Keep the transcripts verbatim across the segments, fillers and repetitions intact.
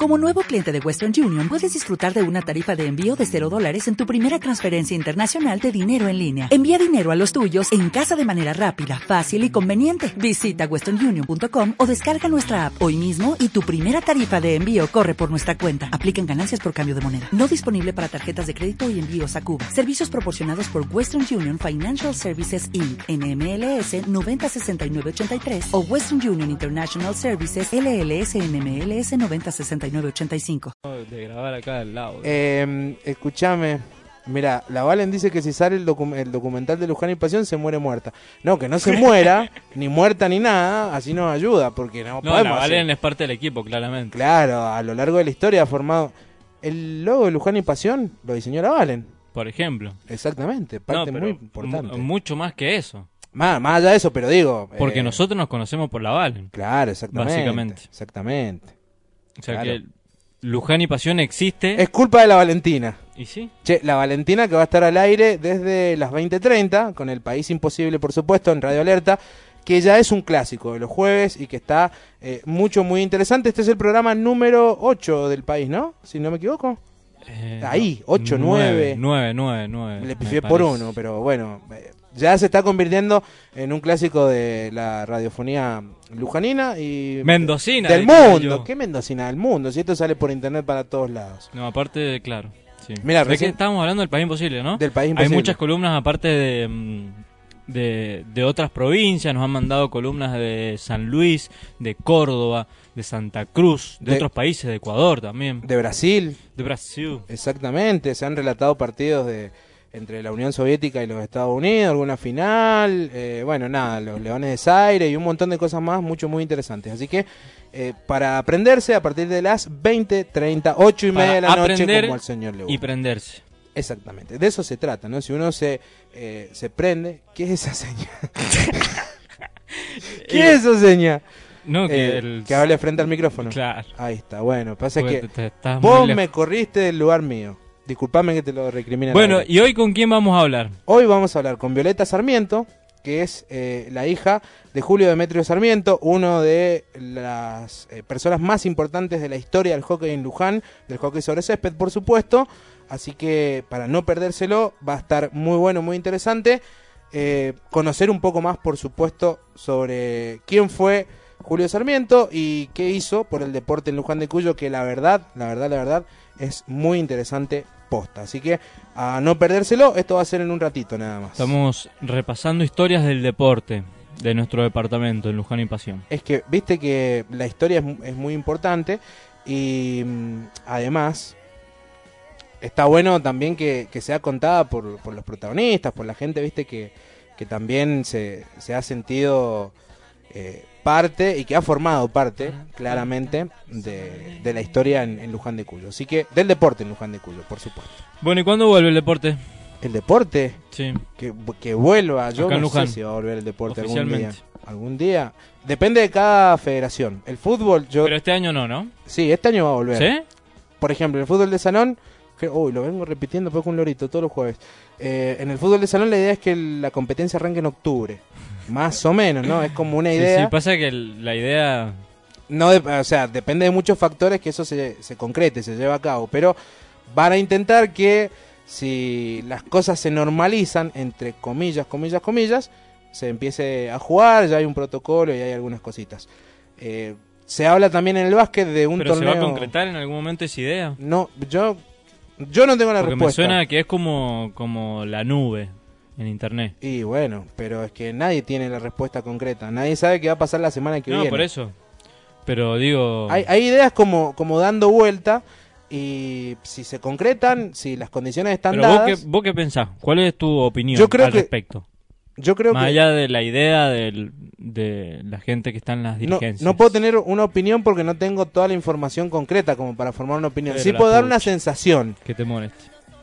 Como nuevo cliente de Western Union, puedes disfrutar de una tarifa de envío de cero dólares en tu primera transferencia internacional de dinero en línea. Envía dinero a los tuyos en casa de manera rápida, fácil y conveniente. Visita western union punto com o descarga nuestra app hoy mismo y tu primera tarifa de envío corre por nuestra cuenta. Aplican ganancias por cambio de moneda. No disponible para tarjetas de crédito y envíos a Cuba. Servicios proporcionados por Western Union Financial Services incorporated. N M L S noventa sesenta y nueve ochenta y tres o Western Union International Services L L S N M L S noventa sesenta y nueve ochenta y cinco. De grabar acá al lado. Eh, escúchame. Mira, la Valen dice que si sale el, docu- el documental de Luján y Pasión se muere muerta. No, que no se muera, ni muerta ni nada, así nos ayuda, porque no, No, podemos la Valen hacer- es parte del equipo, claramente. Claro, a lo largo de la historia ha formado... El logo de Luján y Pasión lo diseñó la Valen. Por ejemplo. Exactamente, No, parte pero muy importante. mu- mucho más que eso. Más, más allá de eso, pero digo... Porque eh, nosotros nos conocemos por la Valen. Claro, exactamente. Básicamente. Exactamente. O sea Claro. que Luján y Pasión existe. Es culpa de la Valentina. ¿Y sí? Che, la Valentina que va a estar al aire desde las veinte treinta, con El País Imposible, por supuesto, en Radio Alerta, que ya es un clásico de los jueves y que está eh, mucho, muy interesante. Este es el programa número ocho del país, ¿no? Si no me equivoco. Eh, Ahí, ocho, nueve. nueve, nueve, nueve. Le me pifié por parece. uno, pero bueno, eh, ya se está convirtiendo en un clásico de la radiofonía lujanina y... Mendocina. Del diría mundo. yo. ¿Qué mendocina? Del mundo. Si esto sale por internet para todos lados. No, aparte, claro. Sí. Mira, Sé recién- que estábamos hablando del País Imposible, ¿no? Del País Hay Imposible. muchas columnas aparte de, mm, de, de otras provincias. Nos han mandado columnas de San Luis, de Córdoba, de Santa Cruz, de, De- otros países, de Ecuador también, De Brasil. de Brasil. Exactamente, se han relatado partidos de entre la Unión Soviética y los Estados Unidos, alguna final, eh, bueno, nada, los Leones de Zaire y un montón de cosas más, mucho, muy interesantes. Así que, eh, para aprenderse a partir de las veinte treinta, ocho y Para media de la noche, aprender como al señor le gusta. Y prenderse. Exactamente, de eso se trata, ¿no? Si uno se, eh, se prende, ¿qué es esa seña? ¿Qué es esa seña? No, que, Eh, el- que hable frente al micrófono. Claro. Ahí está, bueno, pasa Porque que te- te estás muy vos lejos. me corriste del lugar mío. Disculpame que te lo recrimine. Bueno, ¿y hoy con quién vamos a hablar? Hoy vamos a hablar con Violeta Sarmiento, que es eh, la hija de Julio Demetrio Sarmiento, uno de las eh, personas más importantes de la historia del hockey en Luján, del hockey sobre césped, por supuesto. Así que para no perdérselo, va a estar muy bueno, muy interesante. Eh, conocer un poco más, por supuesto, sobre quién fue Julio Sarmiento y qué hizo por el deporte en Luján de Cuyo, que la verdad, la verdad, la verdad, es muy interesante posta. Así que a no perdérselo, esto va a ser en un ratito nada más. Estamos repasando historias del deporte de nuestro departamento en Luján y Pasión. Es que, viste que la historia es, mu- es muy importante y mm, además está bueno también que, que sea contada por, por los protagonistas, por la gente, viste, que, que también se, se ha sentido eh, parte y que ha formado parte, claramente, de, de la historia en, en Luján de Cuyo. Así que, del deporte en Luján de Cuyo, por supuesto. Bueno, ¿y cuándo vuelve el deporte? El deporte, Sí. que, que vuelva, yo Acá en no sé Luján. si va a volver el deporte algún día. Oficialmente. Algún día. Depende de cada federación. El fútbol, yo... Pero este año no, ¿no? Sí, este año va a volver. ¿Sí? Por ejemplo, el fútbol de salón, que, uy, lo vengo repitiendo poco un lorito todos los jueves. Eh, en el fútbol de salón la idea es que la competencia arranque en octubre. Más o menos, ¿no? Es como una Sí, idea. sí, pasa que el- la idea... No, de- o sea, depende de muchos factores que eso se, se concrete, se lleve a cabo. Pero van a intentar que si las cosas se normalizan, entre comillas, comillas, comillas, se empiece a jugar, ya hay un protocolo y hay algunas cositas. Eh, se habla también en el básquet de un ¿Pero torneo... se va a concretar en algún momento esa idea? No, yo, yo no tengo la Porque me respuesta. suena que es como, como la nube en internet. Y bueno, pero es que nadie tiene la respuesta concreta. Nadie sabe qué va a pasar la semana que No, viene. por eso. Pero digo... Hay, hay ideas como, como dando vuelta y si se concretan, si las condiciones están Pero vos dadas, qué, vos qué pensás, ¿cuál es tu opinión Yo creo al que- respecto? yo creo Más que allá de la idea del- de la gente que está en las no, dirigencias. no puedo tener una opinión porque no tengo toda la información concreta como para formar una opinión. Pero Sí la puedo dar una pucha. sensación. Que te moleste.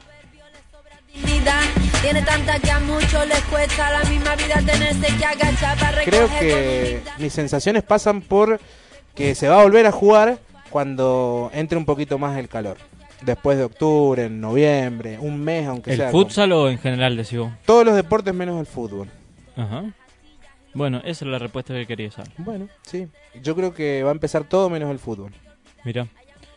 Tiene tanta que a muchos les cuesta la misma vida tenerse que agachar para recoger Creo con que humildad. mis sensaciones pasan por que se va a volver a jugar cuando entre un poquito más el calor. Después de octubre, en noviembre, un mes aunque ¿El sea. futsal o en general, decís vos? Todos los deportes menos el fútbol. Ajá. Bueno, esa es la respuesta que quería saber. Bueno, sí. Yo creo que va a empezar todo menos el fútbol. Mira.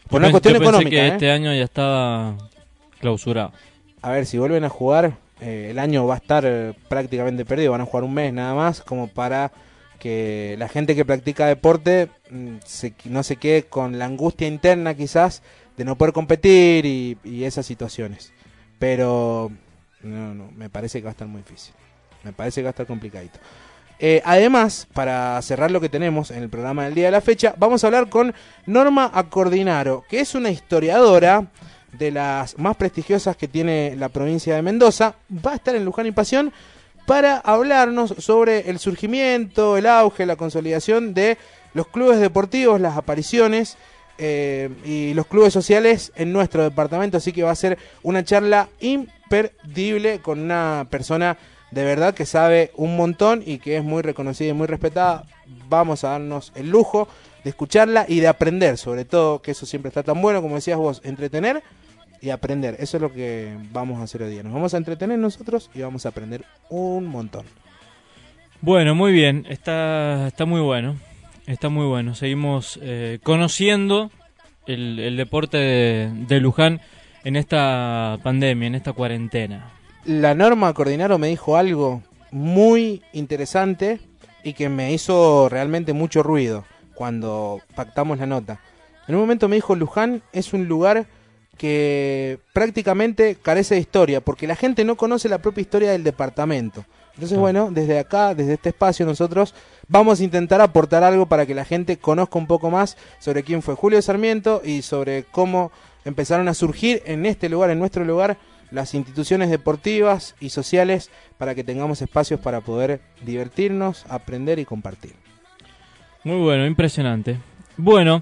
Por una Yo cuestión pensé económica, que ¿eh? este año ya estaba clausurado. A ver, si vuelven a jugar, eh, el año va a estar eh, prácticamente perdido. Van a jugar un mes nada más, como para que la gente que practica deporte mm, se, no se quede con la angustia interna quizás de no poder competir y, y esas situaciones. Pero no, no, me parece que va a estar muy difícil. Me parece que va a estar complicadito. Eh, además, para cerrar lo que tenemos en el programa del día de la fecha, vamos a hablar con Norma Acordinaro, que es una historiadora de las más prestigiosas que tiene la provincia de Mendoza. Va a estar en Luján y Pasión para hablarnos sobre el surgimiento, el auge, la consolidación de los clubes deportivos, las apariciones eh, y los clubes sociales en nuestro departamento. Así que va a ser una charla imperdible con una persona de verdad que sabe un montón y que es muy reconocida y muy respetada. Vamos a darnos el lujo de escucharla y de aprender, sobre todo, que eso siempre está tan bueno, como decías vos, entretener y aprender. Eso es lo que vamos a hacer hoy día. Nos vamos a entretener nosotros y vamos a aprender un montón. Bueno, muy bien, está, está muy bueno, está muy bueno. Seguimos eh, conociendo el, el deporte de, de Luján en esta pandemia, en esta cuarentena. La Norma Acordinaro me dijo algo muy interesante y que me hizo realmente mucho ruido cuando pactamos la nota. En un momento me dijo: Luján es un lugar que prácticamente carece de historia, porque la gente no conoce la propia historia del departamento. Entonces, bueno, desde acá, desde este espacio, nosotros vamos a intentar aportar algo para que la gente conozca un poco más sobre quién fue Julio Sarmiento y sobre cómo empezaron a surgir en este lugar, en nuestro lugar, las instituciones deportivas y sociales, para que tengamos espacios para poder divertirnos, aprender y compartir. Muy bueno, impresionante. Bueno,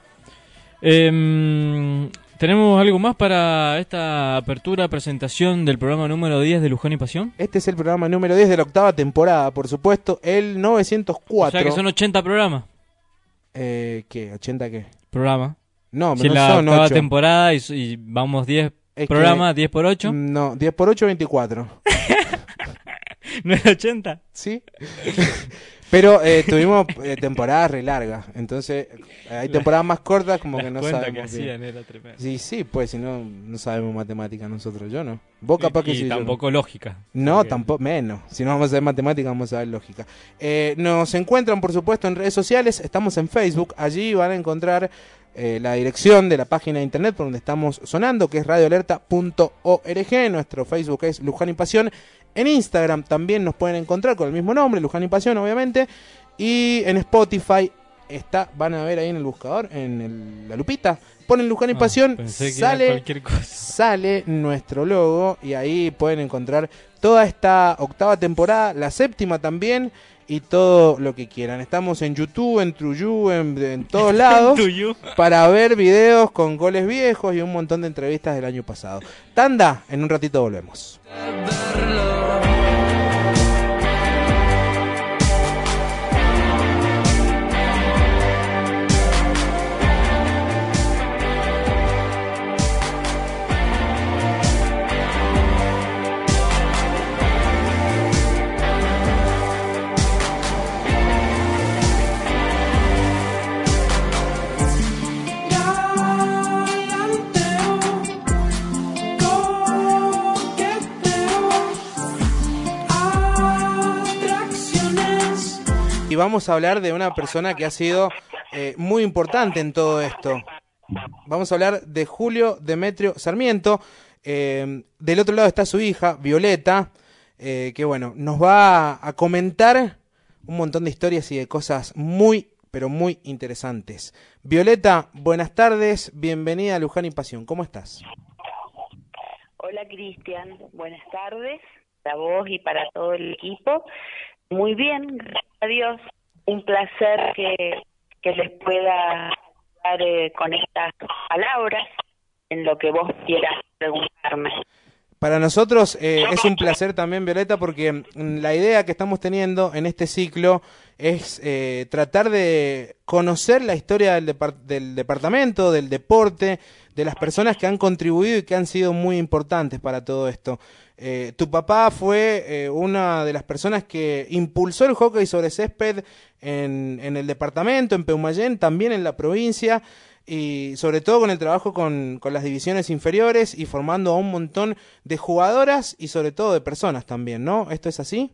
eh, ¿tenemos algo más para esta apertura, presentación del programa número diez de Luján y Pasión? Este es el programa número diez de la octava temporada, por supuesto, el novecientos cuatro. O sea que son ochenta programas. Eh, ¿Qué? ¿ochenta qué? Programa. No, Si no la son octava ocho. temporada y, y vamos diez Es programas, que- diez por ocho. No, diez por ocho, veinticuatro. ¿No es ochenta? ¿Sí? Pero eh, tuvimos eh, temporadas re largas, entonces eh, hay temporadas más cortas como Las que no cuentas sabemos que bien. hacían era tremendo. Sí, sí, pues si no, no sabemos matemáticas nosotros, yo no. Vos capaz Y, que y sí, yo no. tampoco lógica. No, Porque- tampoco, menos. Si no vamos a saber matemáticas, vamos a ver lógica. Eh, nos encuentran, por supuesto, en redes sociales. Estamos en Facebook. Allí van a encontrar eh, la dirección de la página de internet por donde estamos sonando, que es radio alerta punto org. Nuestro Facebook es Luján y Pasión. En Instagram también nos pueden encontrar con el mismo nombre, Luján y Pasión, obviamente. Y en Spotify está, van a ver ahí en el buscador, en el- la lupita, ponen Luján y Ah, Pasión, pensé que era sale cualquier cosa. sale nuestro logo y ahí pueden encontrar toda esta octava temporada, la séptima también y todo lo que quieran. Estamos en YouTube, en Truyú, en, en todos lados Tuyo. para ver videos con goles viejos y un montón de entrevistas del año pasado. Tanda, en un ratito volvemos. Y vamos a hablar de una persona que ha sido eh, muy importante en todo esto. Vamos a hablar de Julio Demetrio Sarmiento. Eh, del otro lado está su hija, Violeta, eh, que bueno, nos va a comentar un montón de historias y de cosas muy, pero muy interesantes. Violeta, buenas tardes, bienvenida a Luján y Pasión, ¿cómo estás? Hola Cristian, buenas tardes para vos y para todo el equipo. Muy bien, gracias a Dios. Un placer que, que les pueda dar eh, con estas palabras en lo que vos quieras preguntarme. Para nosotros eh, es un placer también, Violeta, porque mm, la idea que estamos teniendo en este ciclo es eh, tratar de conocer la historia del, depart- del departamento, del deporte, de las personas que han contribuido y que han sido muy importantes para todo esto. Eh, tu papá fue eh, una de las personas que impulsó el hockey sobre césped en, en el departamento, en Peumayén, también en la provincia. y sobre todo con el trabajo con, con las divisiones inferiores y formando a un montón de jugadoras y sobre todo de personas también, ¿no? ¿Esto es así?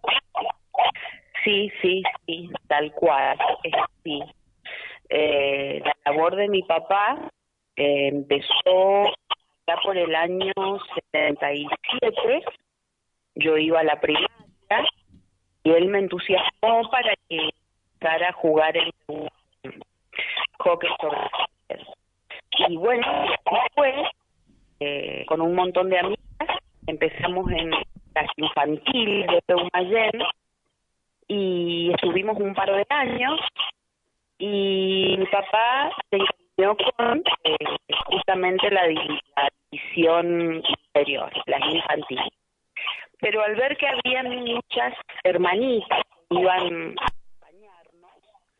Sí, sí, sí, tal cual, es así. Eh, la labor de mi papá eh, empezó ya por el año setenta y siete, yo iba a la primaria y él me entusiasmó para que empezara a jugar en un hockey sobre césped. Y bueno, después, eh, con un montón de amigas, empezamos en las infantiles de Peumayén y estuvimos un par de años y mi papá se encaminó con eh, justamente la, la división inferior, las infantiles. Pero al ver que había muchas hermanitas que iban a acompañarnos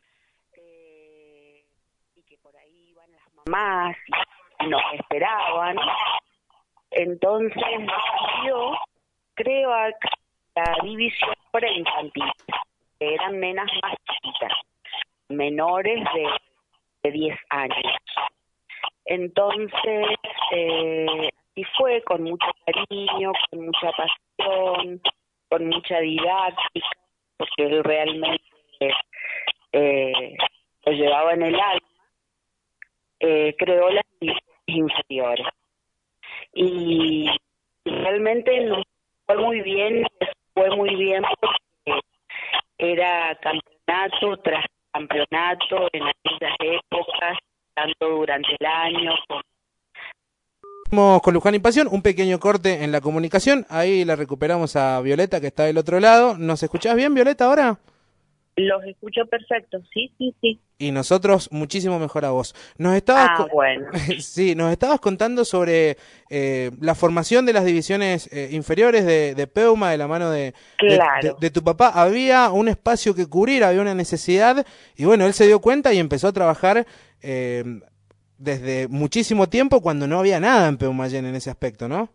eh, y que por ahí iban las mamás y nos esperaban, entonces yo creo que la división preinfantil, que eran nenas más chiquitas, menores de, de diez años. Entonces, eh, así fue, con mucho cariño, con mucha pasión, con mucha didáctica, porque él realmente eh, lo llevaba en el alma, eh, creó las divisiones inferiores. Y realmente nos fue muy bien, fue muy bien porque era campeonato tras campeonato en aquellas épocas, tanto durante el año como... Estamos con Luján y Pasión, un pequeño corte en la comunicación, ahí la recuperamos a Violeta que está del otro lado. ¿Nos escuchás bien, Violeta, ahora? Los escucho perfecto, sí, sí, sí. Y nosotros muchísimo mejor a vos. Nos estabas ah, bueno. sí, nos estabas contando sobre eh, la formación de las divisiones eh, inferiores de, de Peuma de la mano de, claro. de, de, de tu papá. Había un espacio que cubrir, había una necesidad y bueno, él se dio cuenta y empezó a trabajar eh, desde muchísimo tiempo cuando no había nada en Peumayén en ese aspecto, ¿no?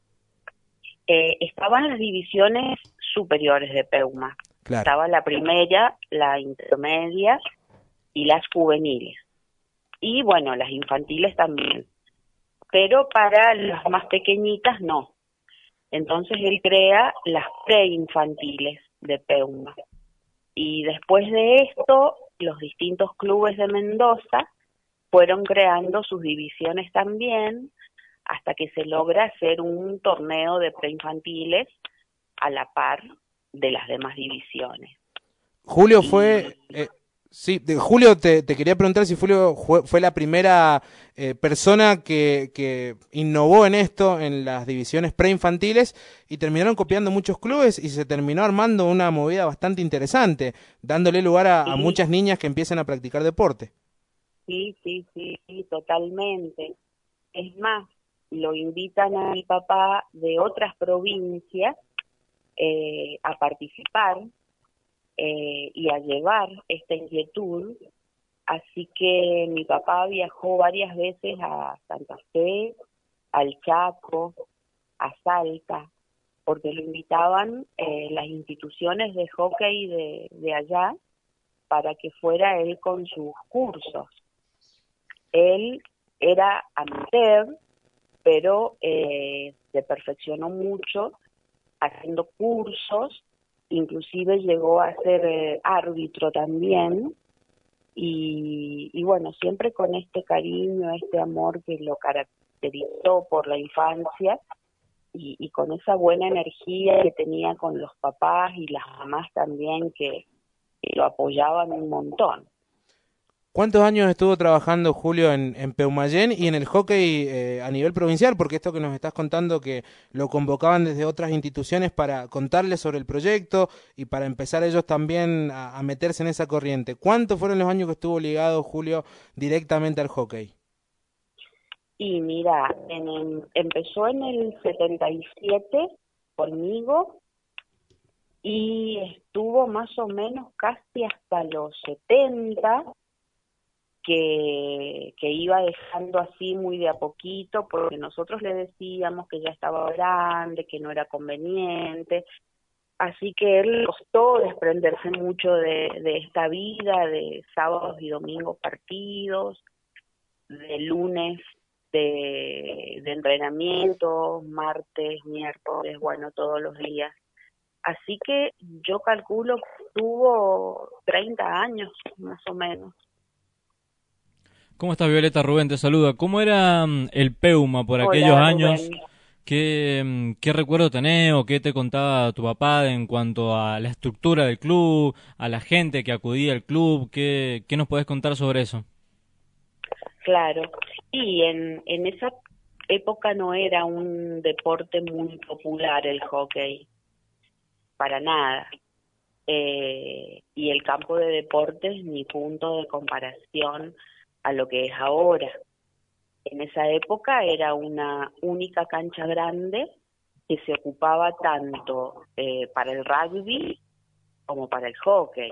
Eh, estaban las divisiones superiores de Peuma. Claro. Estaba la primera, la intermedia y las juveniles. Y bueno, las infantiles también. Pero para las más pequeñitas no. Entonces él crea las preinfantiles de Peuma. Y después de esto, los distintos clubes de Mendoza fueron creando sus divisiones también, hasta que se logra hacer un torneo de preinfantiles a la par de las demás divisiones. Julio y... fue... Eh... Sí, de Julio, te, te quería preguntar si Julio fue, fue la primera eh, persona que, que innovó en esto, en las divisiones preinfantiles, y terminaron copiando muchos clubes y se terminó armando una movida bastante interesante, dándole lugar a, sí. a muchas niñas que empiezan a practicar deporte. Sí, sí, sí, sí, totalmente. Es más, lo invitan a mi papá de otras provincias eh, a participar, Eh, y a llevar esta inquietud, así que mi papá viajó varias veces a Santa Fe, al Chaco, a Salta, porque lo invitaban eh, las instituciones de hockey de, de allá para que fuera él con sus cursos. Él era amateur, pero eh, se perfeccionó mucho haciendo cursos. Inclusive llegó a ser eh, árbitro también y, y bueno, siempre con este cariño, este amor que lo caracterizó por la infancia y, y con esa buena energía que tenía con los papás y las mamás también que, que lo apoyaban un montón. ¿Cuántos años estuvo trabajando Julio en, en Peumayén y en el hockey eh, a nivel provincial? Porque esto que nos estás contando que lo convocaban desde otras instituciones para contarles sobre el proyecto y para empezar ellos también a, a meterse en esa corriente. ¿Cuántos fueron los años que estuvo ligado Julio directamente al hockey? Y mira, en el, empezó en el setenta y siete conmigo y estuvo más o menos casi hasta los setenta. Que, que iba dejando así muy de a poquito, porque nosotros le decíamos que ya estaba grande, que no era conveniente, así que él le costó desprenderse mucho de, de esta vida, de sábados y domingos partidos, de lunes de, de entrenamiento, martes, miércoles, bueno, todos los días. Así que yo calculo que tuvo treinta años, más o menos. ¿Cómo estás, Violeta? Rubén te saluda. ¿Cómo era mm, el Peuma por Hola, aquellos Rubén. años? ¿Qué, mm, ¿Qué recuerdo tenés o qué te contaba tu papá en cuanto a la estructura del club, a la gente que acudía al club? ¿Qué, qué nos podés contar sobre eso? Claro, y en, en esa época no era un deporte muy popular el hockey, para nada. Eh, y el campo de deportes ni punto de comparación a lo que es ahora. En esa época era una única cancha grande que se ocupaba tanto eh, para el rugby como para el hockey,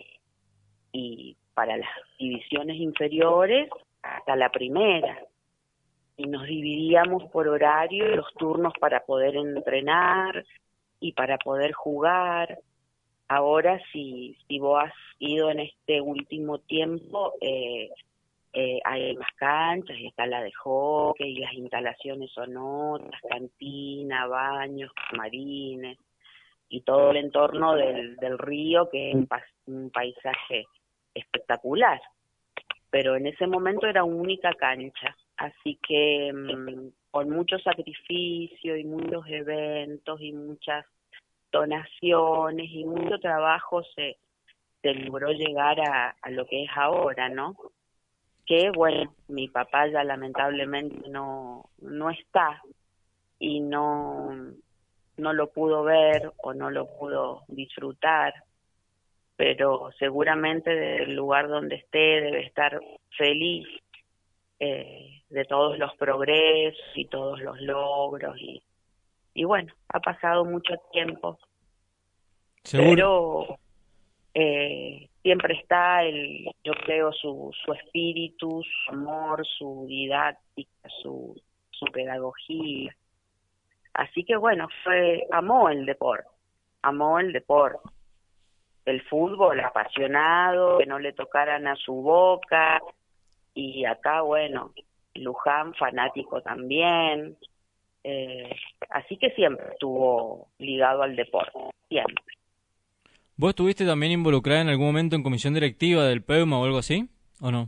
y para las divisiones inferiores hasta la primera. Y nos dividíamos por horario los turnos para poder entrenar y para poder jugar. Ahora, si, si vos has ido en este último tiempo, eh, eh, hay más canchas, y está la de hockey, y las instalaciones son otras, cantina, baños, camarines, y todo el entorno del, del río, que es un, pa un paisaje espectacular. Pero en ese momento era única cancha, así que mmm, con mucho sacrificio y muchos eventos y muchas donaciones y mucho trabajo se, se logró llegar a, a lo que es ahora, ¿no? Que bueno, mi papá ya lamentablemente no, no está y no, no lo pudo ver o no lo pudo disfrutar, pero seguramente del lugar donde esté debe estar feliz eh, de todos los progresos y todos los logros, y, y bueno, ha pasado mucho tiempo. ¿Seguro? Pero eh, siempre está, el, yo creo, su, su espíritu, su amor, su didáctica, su, su pedagogía. Así que bueno, fue amó el deporte, amó el deporte. El fútbol apasionado, que no le tocaran a su boca, y acá, bueno, Luján fanático también, eh, así que siempre estuvo ligado al deporte, siempre. ¿Vos estuviste también involucrada en algún momento en comisión directiva del Peuma o algo así, o no?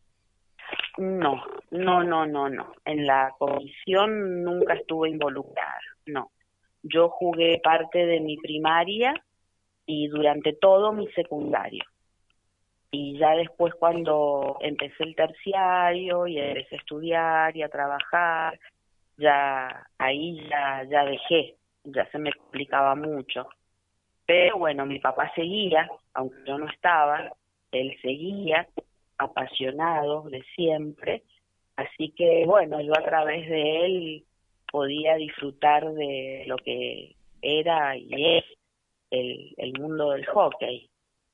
No, no, no, no, no, en la comisión nunca estuve involucrada, no. Yo jugué parte de mi primaria y durante todo mi secundario. Y ya después, cuando empecé el terciario y empecé a estudiar y a trabajar, ya ahí ya, ya dejé, ya se me complicaba mucho. Pero bueno, mi papá seguía, aunque yo no estaba, él seguía, apasionado de siempre. Así que bueno, yo a través de él podía disfrutar de lo que era y es El, el mundo del hockey.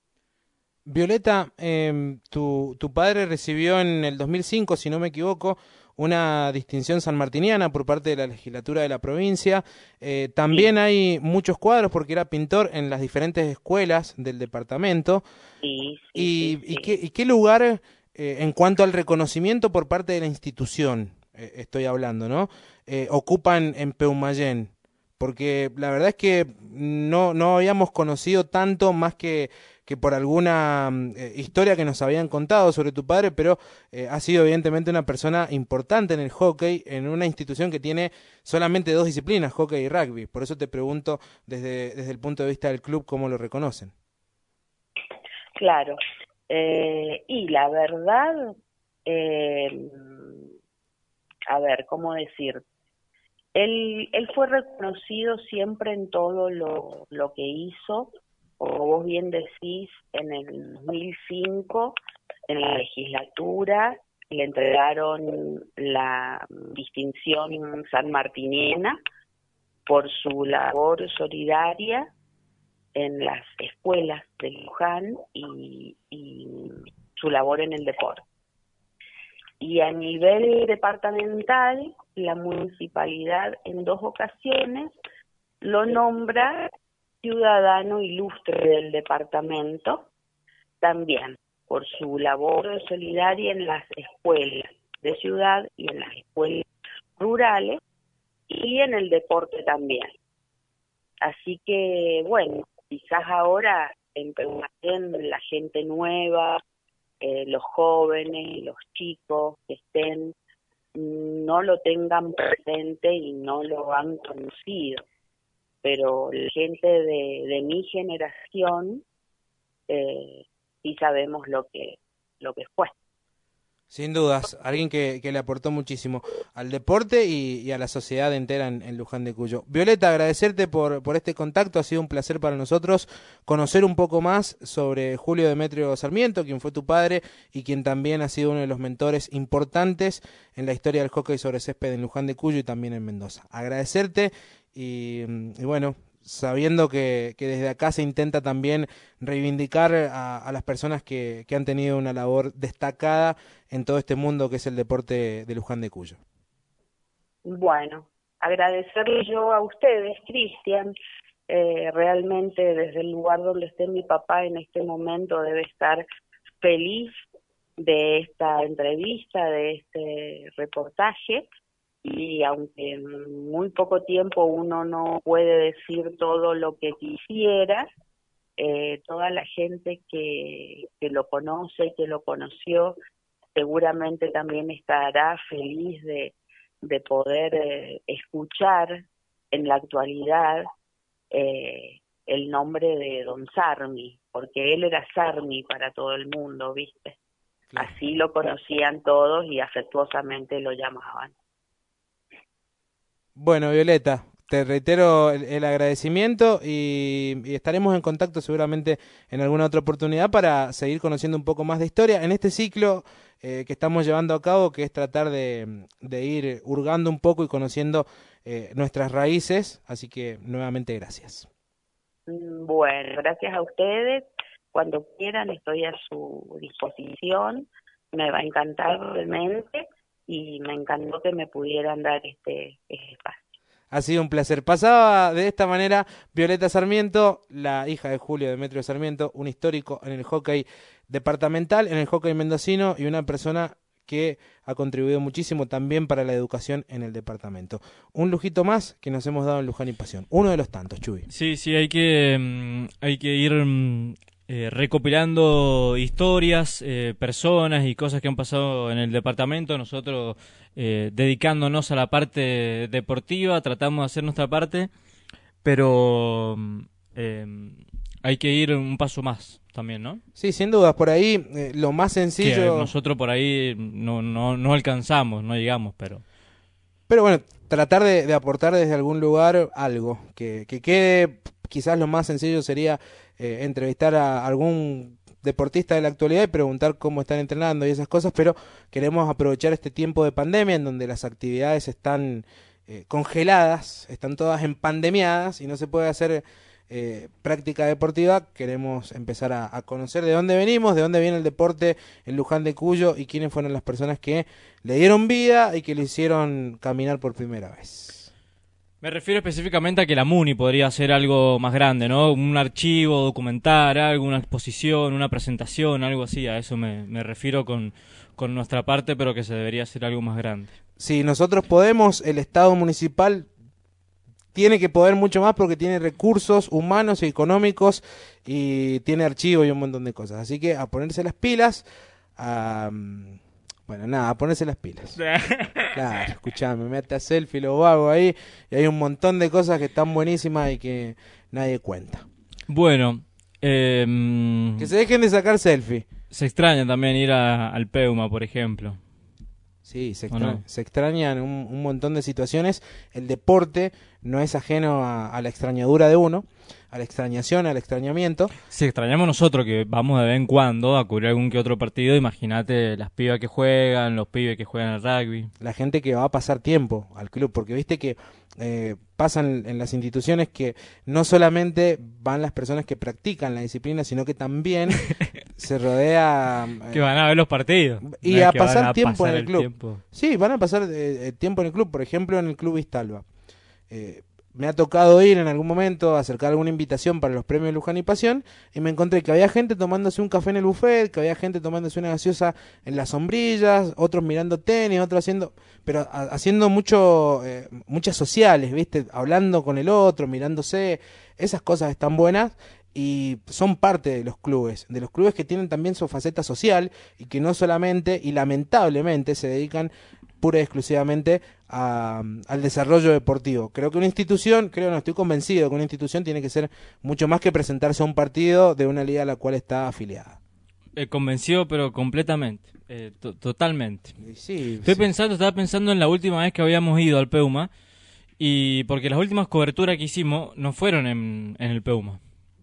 Violeta, eh, tu, tu padre recibió en el dos mil cinco, si no me equivoco, una distinción sanmartiniana por parte de la legislatura de la provincia. Eh, también sí. Hay muchos cuadros porque era pintor en las diferentes escuelas del departamento. Sí, sí, y, sí, y, sí. Qué, ¿Y qué lugar, eh, en cuanto al reconocimiento por parte de la institución, eh, estoy hablando, ¿no? Eh, ocupan en Peumayén? Porque la verdad es que no, no habíamos conocido tanto más que, que por alguna eh, historia que nos habían contado sobre tu padre, pero eh, ha sido evidentemente una persona importante en el hockey, en una institución que tiene solamente dos disciplinas, hockey y rugby. Por eso te pregunto desde, desde el punto de vista del club, ¿cómo lo reconocen? Claro, eh, y la verdad, eh, a ver, ¿cómo decir? Él, él fue reconocido siempre en todo lo, lo que hizo, como vos bien decís, en el dos mil cinco, en la legislatura, le entregaron la distinción sanmartiniana por su labor solidaria en las escuelas de Luján y, y su labor en el deporte. Y a nivel departamental, la municipalidad en dos ocasiones lo nombra ciudadano ilustre del departamento, también por su labor solidaria en las escuelas. de ciudad y en las escuelas rurales y en el deporte también. Así que, bueno, quizás ahora en Pehuajén la gente nueva, eh, los jóvenes, los chicos que estén, no lo tengan presente y no lo han conocido. Pero la gente de, de mi generación eh, sí sabemos lo que, lo que fue. Sin dudas, alguien que, que le aportó muchísimo al deporte y, y a la sociedad entera en, en Luján de Cuyo. Violeta, agradecerte por, por este contacto, ha sido un placer para nosotros conocer un poco más sobre Julio Demetrio Sarmiento, quien fue tu padre y quien también ha sido uno de los mentores importantes en la historia del hockey sobre césped en Luján de Cuyo y también en Mendoza. Agradecerte y, y bueno, sabiendo que, que desde acá se intenta también reivindicar a, a las personas que, que han tenido una labor destacada en todo este mundo que es el deporte de Luján de Cuyo. Bueno, agradecerle yo a ustedes, Cristian, eh, realmente desde el lugar donde esté mi papá en este momento debe estar feliz de esta entrevista, de este reportaje. Y aunque en muy poco tiempo uno no puede decir todo lo que quisiera, eh, toda la gente que, que lo conoce, que lo conoció, seguramente también estará feliz de, de poder eh, escuchar en la actualidad eh, el nombre de don Sarmi, porque él era Sarmi para todo el mundo, ¿viste? Claro. Así lo conocían todos y afectuosamente lo llamaban. Bueno, Violeta, te reitero el, el agradecimiento y, y estaremos en contacto seguramente en alguna otra oportunidad para seguir conociendo un poco más de historia en este ciclo eh, que estamos llevando a cabo, que es tratar de, de ir hurgando un poco y conociendo eh, nuestras raíces, así que nuevamente gracias. Bueno, gracias a ustedes, cuando quieran estoy a su disposición, me va a encantar realmente. Y me encantó que me pudieran dar este, este espacio. Ha sido un placer. Pasaba de esta manera Violeta Sarmiento, la hija de Julio Demetrio Sarmiento, un histórico en el hockey departamental, en el hockey mendocino y una persona que ha contribuido muchísimo también para la educación en el departamento. Un lujito más que nos hemos dado en Luján y Pasión. Uno de los tantos, Chuy. Sí, sí, hay que, um, hay que ir... Um... Eh, recopilando historias, eh, personas y cosas que han pasado en el departamento, nosotros eh, dedicándonos a la parte deportiva, tratamos de hacer nuestra parte, pero eh, hay que ir un paso más también, ¿no? Sí, sin dudas, por ahí eh, lo más sencillo... Que nosotros por ahí no, no, no alcanzamos, no llegamos, pero... Pero bueno, tratar de, de aportar desde algún lugar algo, que, que quede, quizás lo más sencillo sería... Eh, entrevistar a algún deportista de la actualidad y preguntar cómo están entrenando y esas cosas, pero queremos aprovechar este tiempo de pandemia en donde las actividades están eh, congeladas, están todas empandemiadas y no se puede hacer eh, práctica deportiva. Queremos empezar a, a conocer de dónde venimos, de dónde viene el deporte en Luján de Cuyo y quiénes fueron las personas que le dieron vida y que le hicieron caminar por primera vez. Me refiero específicamente a que la MUNI podría hacer algo más grande, ¿no? Un archivo, documentar algo, una exposición, una presentación, algo así. A eso me, me refiero con, con nuestra parte, pero que se debería hacer algo más grande. Si nosotros podemos, el Estado municipal tiene que poder mucho más porque tiene recursos humanos y económicos y tiene archivos y un montón de cosas. Así que a ponerse las pilas, a... Bueno, nada, a ponerse las pilas. Claro, escuchame, mete a selfie, lo hago ahí, y hay un montón de cosas que están buenísimas y que nadie cuenta. Bueno, eh, que se dejen de sacar selfie. Se extraña también ir a, al Peuma, por ejemplo. Sí, se, extra no? se extrañan un, un montón de situaciones. El deporte no es ajeno a, a la extrañadura de uno, a la extrañación, al extrañamiento. Si extrañamos nosotros, que vamos de vez en cuando a cubrir algún que otro partido, imagínate las pibas que juegan, los pibes que juegan al rugby. La gente que va a pasar tiempo al club, porque viste que eh, pasan en las instituciones que no solamente van las personas que practican la disciplina, sino que también se rodea... Eh, que van a ver los partidos. Y no a pasar a tiempo pasar en el club. El tiempo. Sí, van a pasar eh, tiempo en el club, por ejemplo en el club Vistalba. Eh, me ha tocado ir en algún momento, acercar alguna invitación para los premios Luján y Pasión, y me encontré que había gente tomándose un café en el buffet, que había gente tomándose una gaseosa en las sombrillas, otros mirando tenis, otros haciendo, pero a, haciendo mucho, eh, muchas sociales, ¿viste? Hablando con el otro, mirándose, esas cosas están buenas y son parte de los clubes, de los clubes que tienen también su faceta social y que no solamente, y lamentablemente, se dedican pura y exclusivamente a, al desarrollo deportivo. Creo que una institución, creo no estoy convencido que una institución tiene que ser mucho más que presentarse a un partido de una liga a la cual está afiliada. Eh, convencido, pero completamente, eh, to- totalmente. Sí, Estoy sí. pensando, estaba pensando en la última vez que habíamos ido al Peuma, y porque las últimas coberturas que hicimos no fueron en, en el Peuma.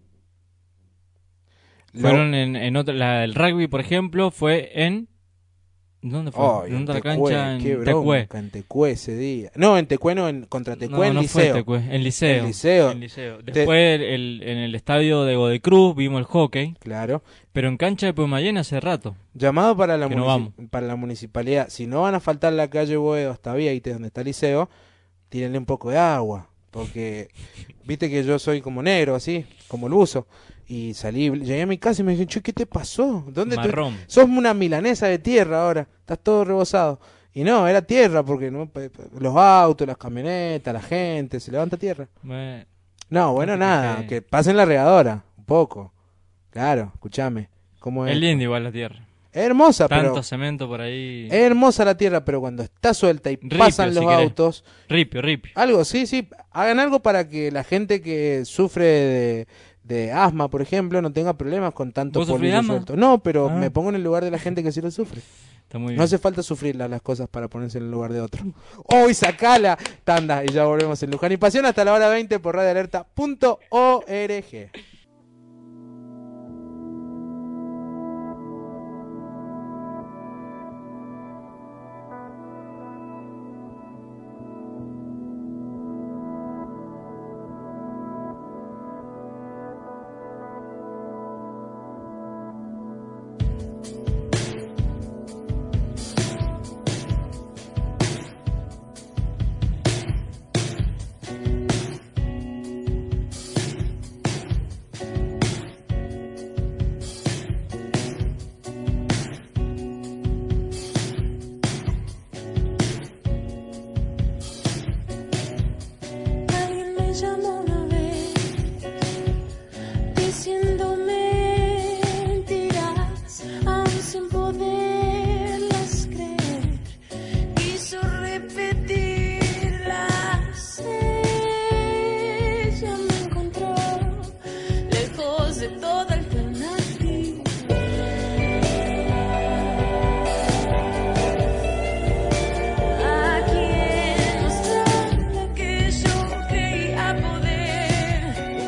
Lo- Fueron en, en otra, la, el rugby, por ejemplo, fue en... ¿Dónde fue? Ay, en en otra Tecué, cancha qué en Tecué. bronca, en Tecué ese día. No, en Tecué no, en, contra Tecué No, en no fue Liceo. Tecué, en Liceo. En Liceo. En Liceo. Te- Después el- el- en el estadio de Godecruz vimos el hockey, Claro. pero en cancha de Peumayén hace rato. Llamado para la, Que no munici- vamos. para la municipalidad. Si no van a faltar la calle Boedo hasta Vieites, donde está el liceo, tírenle un poco de agua. Porque viste que yo soy como negro, así, como el buzo. Y salí, llegué a mi casa y me dije, che, ¿qué te pasó? ¿Dónde te- Marrón. Sos una milanesa de tierra ahora, estás todo rebosado. Y no, era tierra, porque no Pe- pe- los autos, las camionetas, la gente, se levanta tierra. Eh, No, bueno, te nada, quejes. que pasen la regadora, un poco. Claro, escúchame. ¿Cómo es? es lindo igual la tierra. Es hermosa, Tanto pero... cemento por ahí. Es hermosa la tierra, pero cuando está suelta y Ripio, pasan los si querés. autos, Ripio, ripio. algo, sí, sí, hagan algo para que la gente que sufre de, de asma, por ejemplo, no tenga problemas con tanto ¿Vos sufrís de polvillo asma? suelto. No, pero Ah. me pongo en el lugar de la gente que sí lo sufre. Está muy bien. No hace falta sufrir la- las cosas para ponerse en el lugar de otro. Hoy sacala, tanda, y ya volvemos en Luján y Pasión hasta la hora veinte por radio alerta punto org. Alguien me llamó una vez diciéndome mentiras, aún sin poderlas creer. Quiso repetirlas. Ella me encontró lejos de toda alternativa. A quien mostrarle que yo creía poder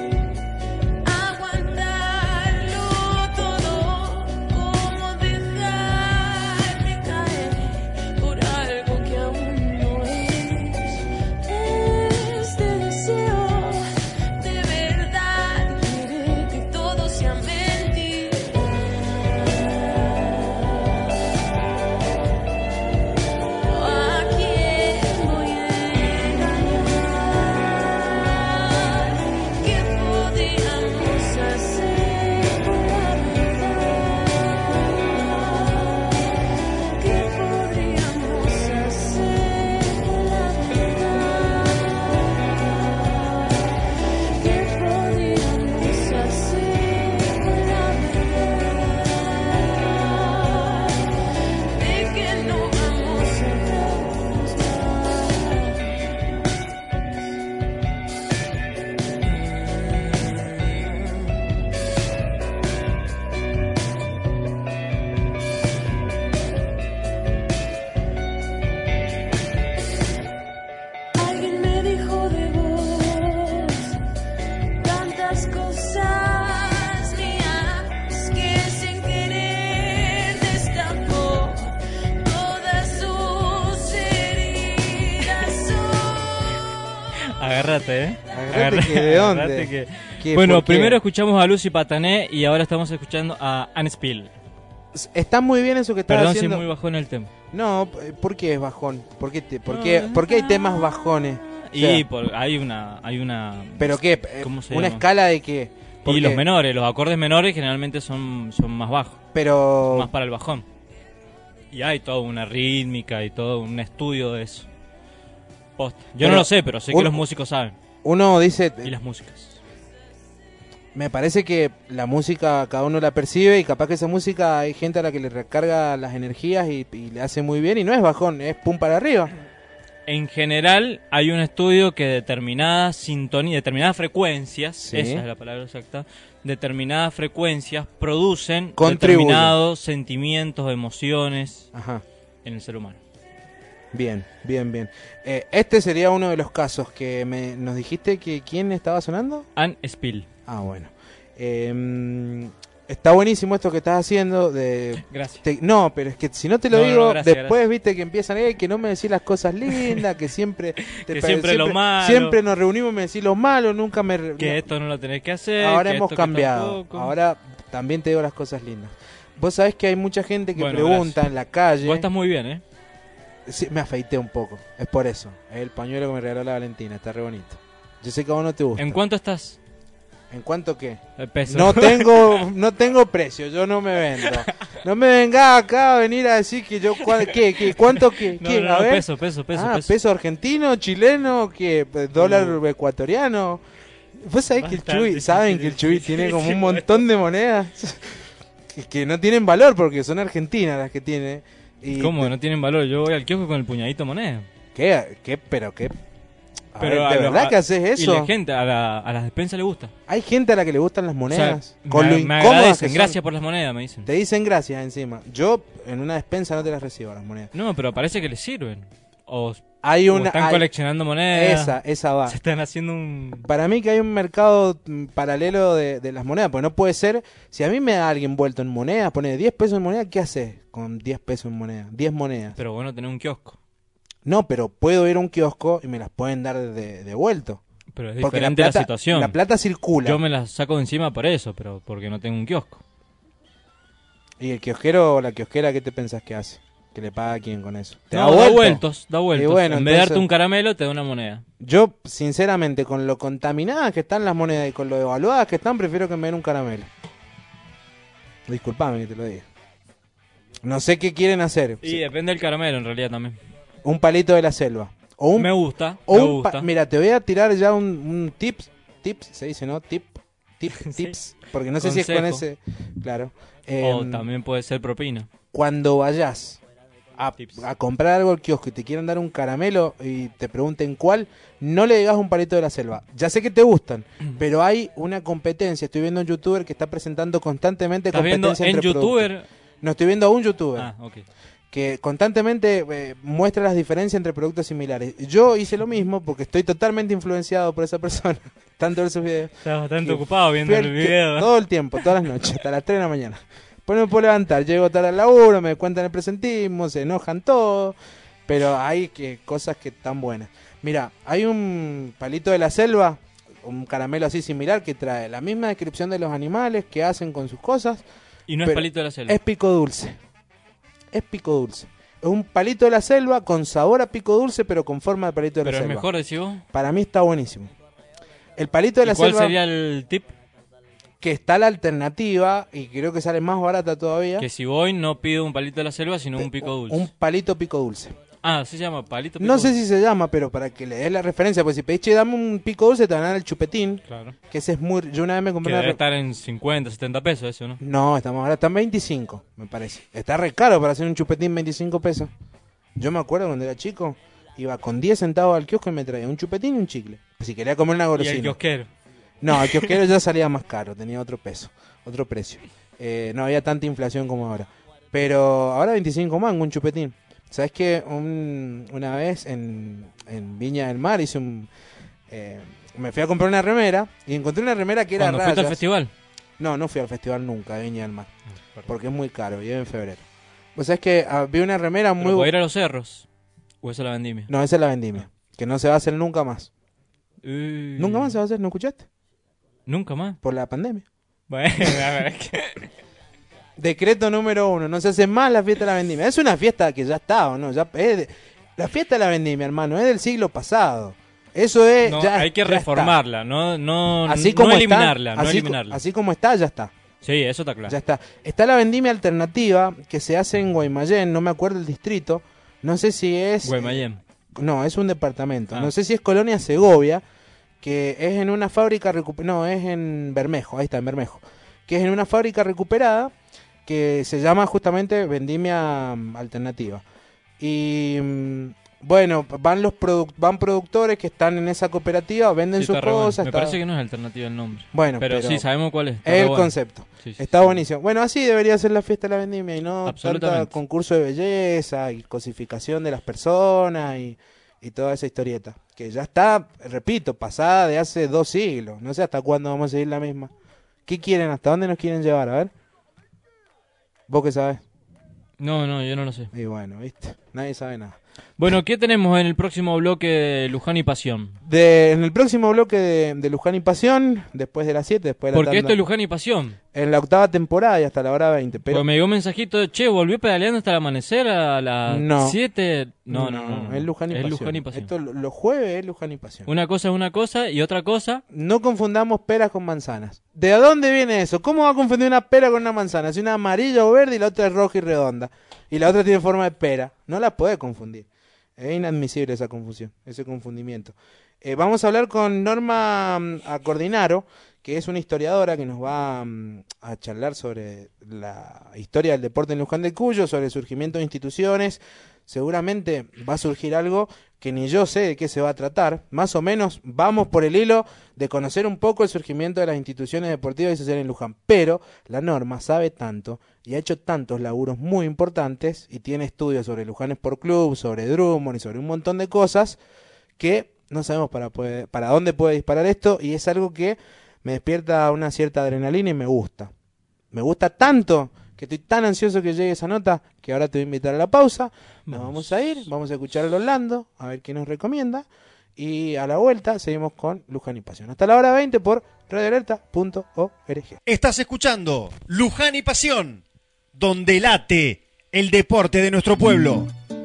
aguantarlo todo, como dejarme caer por algo que aún no es. Este deseo de verdad quiere que todo sea mentira. ¿A quién voy a engañar? ¿Qué podríamos hacer con la verdad? ¿Qué podríamos hacer con la verdad? ¿Qué podríamos hacer con la verdad? De que no vamos a vernos más. Alguien me dijo de vos tantas cosas mías que sin querer destapó todas sus heridas. Agárrate, ¿eh? Agárrate que, ¿de dónde? agárrate que- ¿Qué, Bueno, por qué? primero escuchamos a Lucy Patané y ahora estamos escuchando a Anne Spill. Está muy bien eso que estás Perdón si haciendo. muy bajón el tema. No, ¿por qué es bajón? ¿Por qué, te- por No, qué, no. por qué hay temas bajones? Y sea, por, hay una... Hay una ¿pero qué? ¿Cómo se ¿Una llama? escala de qué? Y Porque- los menores, los acordes menores generalmente son, son más bajos, Pero... más para el bajón. Y hay toda una rítmica y todo un estudio de eso. Posta. Yo Pero no lo sé, pero sé que un- los músicos saben. Uno dice... Y las músicas. Me parece que la música cada uno la percibe y capaz que esa música hay gente a la que le recarga las energías y, y le hace muy bien y no es bajón, es pum para arriba. En general hay un estudio que determinadas sintonías, determinadas frecuencias, Sí. esa es la palabra exacta, determinadas frecuencias producen Contribuyen. determinados sentimientos, emociones Ajá, en el ser humano. bien, bien, bien. Eh, este sería uno de los casos que me, nos dijiste que quién estaba sonando. Ann Spill. Ah, bueno. Eh, está buenísimo esto que estás haciendo de... Gracias. te- no, pero es que si no te lo No, no, digo, gracias, después viste que empiezan, eh, que no me decís las cosas lindas, que siempre... te Que pa- siempre lo malo. Siempre nos reunimos y me decís lo malo, nunca me... re- Que no. esto no lo tenés que hacer. Ahora que hemos esto que cambiado. tampoco. Ahora también te digo las cosas lindas. Vos sabés que hay mucha gente que Bueno, pregunta gracias. en la calle. Vos estás muy bien, ¿eh? Sí, me afeité un poco. Es por eso. Es el pañuelo que me regaló la Valentina. Está re bonito. Yo sé que a vos no te gusta. ¿En cuánto estás? ¿En cuánto qué? El peso. No tengo, no tengo precio. Yo no me vendo. No me venga acá a venir a decir que yo... cua- ¿Qué? ¿Qué? ¿Cuánto qué? No, ¿Qué? no, a no, ver. peso, peso, peso, ah, peso. peso argentino, chileno, ¿qué? Dólar Uh. ecuatoriano. Vos sabés que el Bastante Chuy, saben que el Chuy difícil tiene como un esto. montón de monedas que, que no tienen valor porque son argentinas las que tiene. Y ¿Cómo? No tienen valor. Yo voy al kiosco con el puñadito de moneda. ¿Qué? ¿Qué? ¿Pero qué? A Pero ver, a ¿de los- verdad a- que haces Y eso? la gente, a, la, a las despensas le gusta. Hay gente a la que le gustan las monedas. O sea, con me, lo me incómodas que agradecen. son. Gracias por las monedas, me dicen. Te dicen gracias encima. Yo en una despensa no te las recibo las monedas. No, pero parece que les sirven. O, Hay o una... están hay- coleccionando monedas. esa, esa va. Se están haciendo un... Para mí que hay un mercado mm, paralelo de, de las monedas, porque no puede ser, si a mí me da alguien vuelto en monedas, pone diez pesos en moneda, ¿qué haces con diez pesos en moneda? diez monedas. Pero bueno, tener un kiosco. No, pero puedo ir a un kiosco y me las pueden dar de, de vuelto. Pero es Porque diferente la, la, plata, situación. la plata circula. Yo me las saco de encima por eso, pero porque no tengo un kiosco. ¿Y el kiosquero o la kiosquera qué te pensás que hace? ¿Que le paga a quién con eso? ¿Te No, da da vuelto? vueltos, da vueltos. Y bueno, en vez de entonces- darte un caramelo, te da una moneda. Yo, sinceramente, con lo contaminadas que están las monedas y con lo devaluadas que están, prefiero que me den un caramelo. Disculpame que te lo diga. No sé qué quieren hacer. Y depende del caramelo, en realidad, también. Un palito de la selva. O un Me gusta, O me un pa- gusta. Mira, te voy a tirar ya un, un tips. Tips, se dice, ¿no? Tip. Tip, Sí. tips. Porque no sé si es con Consejo. ese. Claro. O Em, también puede ser propina. Cuando vayas a, Tips. a comprar algo al kiosco y te quieran dar un caramelo y te pregunten cuál, no le digas un palito de la selva. Ya sé que te gustan, pero hay una competencia. Estoy viendo un youtuber que está presentando constantemente ¿Estás viendo competencia en entre youtuber? productos. No, estoy viendo a un youtuber. Ah, ok. Que constantemente eh, muestra las diferencias entre productos similares. Yo hice lo mismo porque estoy totalmente influenciado por esa persona, tanto en sus videos. Estás bastante Que ocupado viendo Fui al el que- video. Todo el tiempo, todas las noches, hasta las tres de la mañana. Pues no me puedo levantar, llego tarde al laburo, me cuentan el presentismo, se enojan todos, pero hay que cosas que están buenas. Mira, hay un palito de la selva, un caramelo así similar que trae la misma descripción de los animales que hacen con sus cosas. Y no es pero palito de la selva. Es pico dulce. Es pico dulce. Es un palito de la selva con sabor a pico dulce, pero con forma de palito de Pero la es selva. mejor, decís vos. Para mí está buenísimo. El palito de ¿Y la cuál selva, sería el tip? que está la alternativa, y creo que sale más barata todavía. Que si voy no pido un palito de la selva, sino un pico dulce. Un palito pico dulce. Ah, ¿sí se llama palito pico No sé dulce? si se llama, pero para que le des la referencia, pues si pedís, che, dame un pico dulce, te van a dar el chupetín, Claro. que ese es muy... Yo una vez me Que compré debe una... re- estar en cincuenta, setenta pesos eso, ¿no? No, estamos ahora, están veinticinco, me parece. Está re caro para hacer un chupetín veinticinco pesos. Yo me acuerdo cuando era chico, iba con diez centavos al kiosco y me traía un chupetín y un chicle. Si quería comer una Y golosina. el kiosquero. No, el kiosquero ya salía más caro, tenía otro peso, otro precio. Eh, no había tanta inflación como ahora. Pero ahora veinticinco mangos, un chupetín. ¿Sabes qué? Un, una vez en, en Viña del Mar hice un... eh, me fui a comprar una remera y encontré una remera que era ¿Cuándo fuiste al rayas. festival? No, no fui al festival nunca de Viña del Mar, porque es muy caro, y es en febrero. Pues sabes que ah, vi una remera muy... ¿Pero bu- puedo ir a los cerros? ¿O esa la vendimia? No, esa es la vendimia, que no se va a hacer nunca más. Uy. Nunca más se va a hacer, ¿no escuchaste? Nunca más. Por la pandemia. Bueno, a ver, es que... Decreto número uno, no se hace más la fiesta de la vendimia. Es una fiesta que ya está, ¿o no? Ya es de- la fiesta de la vendimia, hermano, es del siglo pasado. Eso es, No, ya, hay que ya reformarla, no, no, está. Así no como eliminarla, está, no así, eliminarla. así como está, ya está. Sí, eso está claro. Ya está. Está la vendimia alternativa que se hace en Guaymallén, no me acuerdo el distrito. No sé si es... Guaymallén. eh, no, es un departamento. Ah. No sé si es Colonia Segovia, que es en una fábrica... recu- No, es en Bermejo, ahí está, en Bermejo. Que es en una fábrica recuperada que se llama justamente vendimia mm, alternativa. Y... mm, bueno, van los produ- van productores que están en esa cooperativa, venden Sí, sus está re bueno. cosas. Me está- parece que no es alternativa el nombre. Bueno, pero, pero sí, sabemos cuál es. Está es re el bueno. concepto. Sí, sí, Está sí. buenísimo. Bueno, así debería ser la fiesta de la vendimia y no tanta Absolutamente. concurso de belleza y cosificación de las personas y, y toda esa historieta. Que ya está, repito, pasada de hace dos siglos. No sé hasta cuándo vamos a seguir la misma. ¿Qué quieren? ¿Hasta dónde nos quieren llevar? A ver. ¿Vos qué sabés? No, no, yo no lo sé. Y bueno, ¿viste? Nadie sabe nada. Bueno, ¿qué tenemos en el próximo bloque de Luján y Pasión? De, en el próximo bloque de, de Luján y Pasión, después de las siete, después de la Porque tanda, esto es Luján y Pasión. en la octava temporada y hasta la hora veinte. Pero Porque me llegó un mensajito, che, ¿volvió pedaleando hasta el amanecer a las No. siete? No, no, no, no. es Luján y Es Pasión. Luján y Pasión. Esto lo- los jueves es Luján y Pasión. Una cosa es una cosa y otra cosa... No confundamos peras con manzanas. ¿De dónde viene eso? ¿Cómo va a confundir una pera con una manzana? Si una amarilla o verde y la otra es roja y redonda. Y la otra tiene forma de pera. No la puede confundir. Es inadmisible esa confusión, ese confundimiento. Eh, vamos a hablar con Norma mm, Acordinaro, que es una historiadora que nos va mm, a charlar sobre la historia del deporte en Luján del Cuyo, sobre el surgimiento de instituciones. Seguramente va a surgir algo que ni yo sé de qué se va a tratar. Más o menos vamos por el hilo de conocer un poco el surgimiento de las instituciones deportivas y sociales en Luján. Pero la Norma sabe tanto y ha hecho tantos laburos muy importantes y tiene estudios sobre Luján Sport Club, sobre Drummond y sobre un montón de cosas que no sabemos para, poder, para dónde puede disparar esto, y es algo que me despierta una cierta adrenalina y me gusta. Me gusta tanto que estoy tan ansioso que llegue esa nota que ahora te voy a invitar a la pausa. Nos Vamos. vamos a ir, vamos a escuchar a Orlando, a ver qué nos recomienda, y a la vuelta seguimos con Luján y Pasión. Hasta la hora veinte por radio alerta punto org. Estás escuchando Luján y Pasión, donde late el deporte de nuestro pueblo.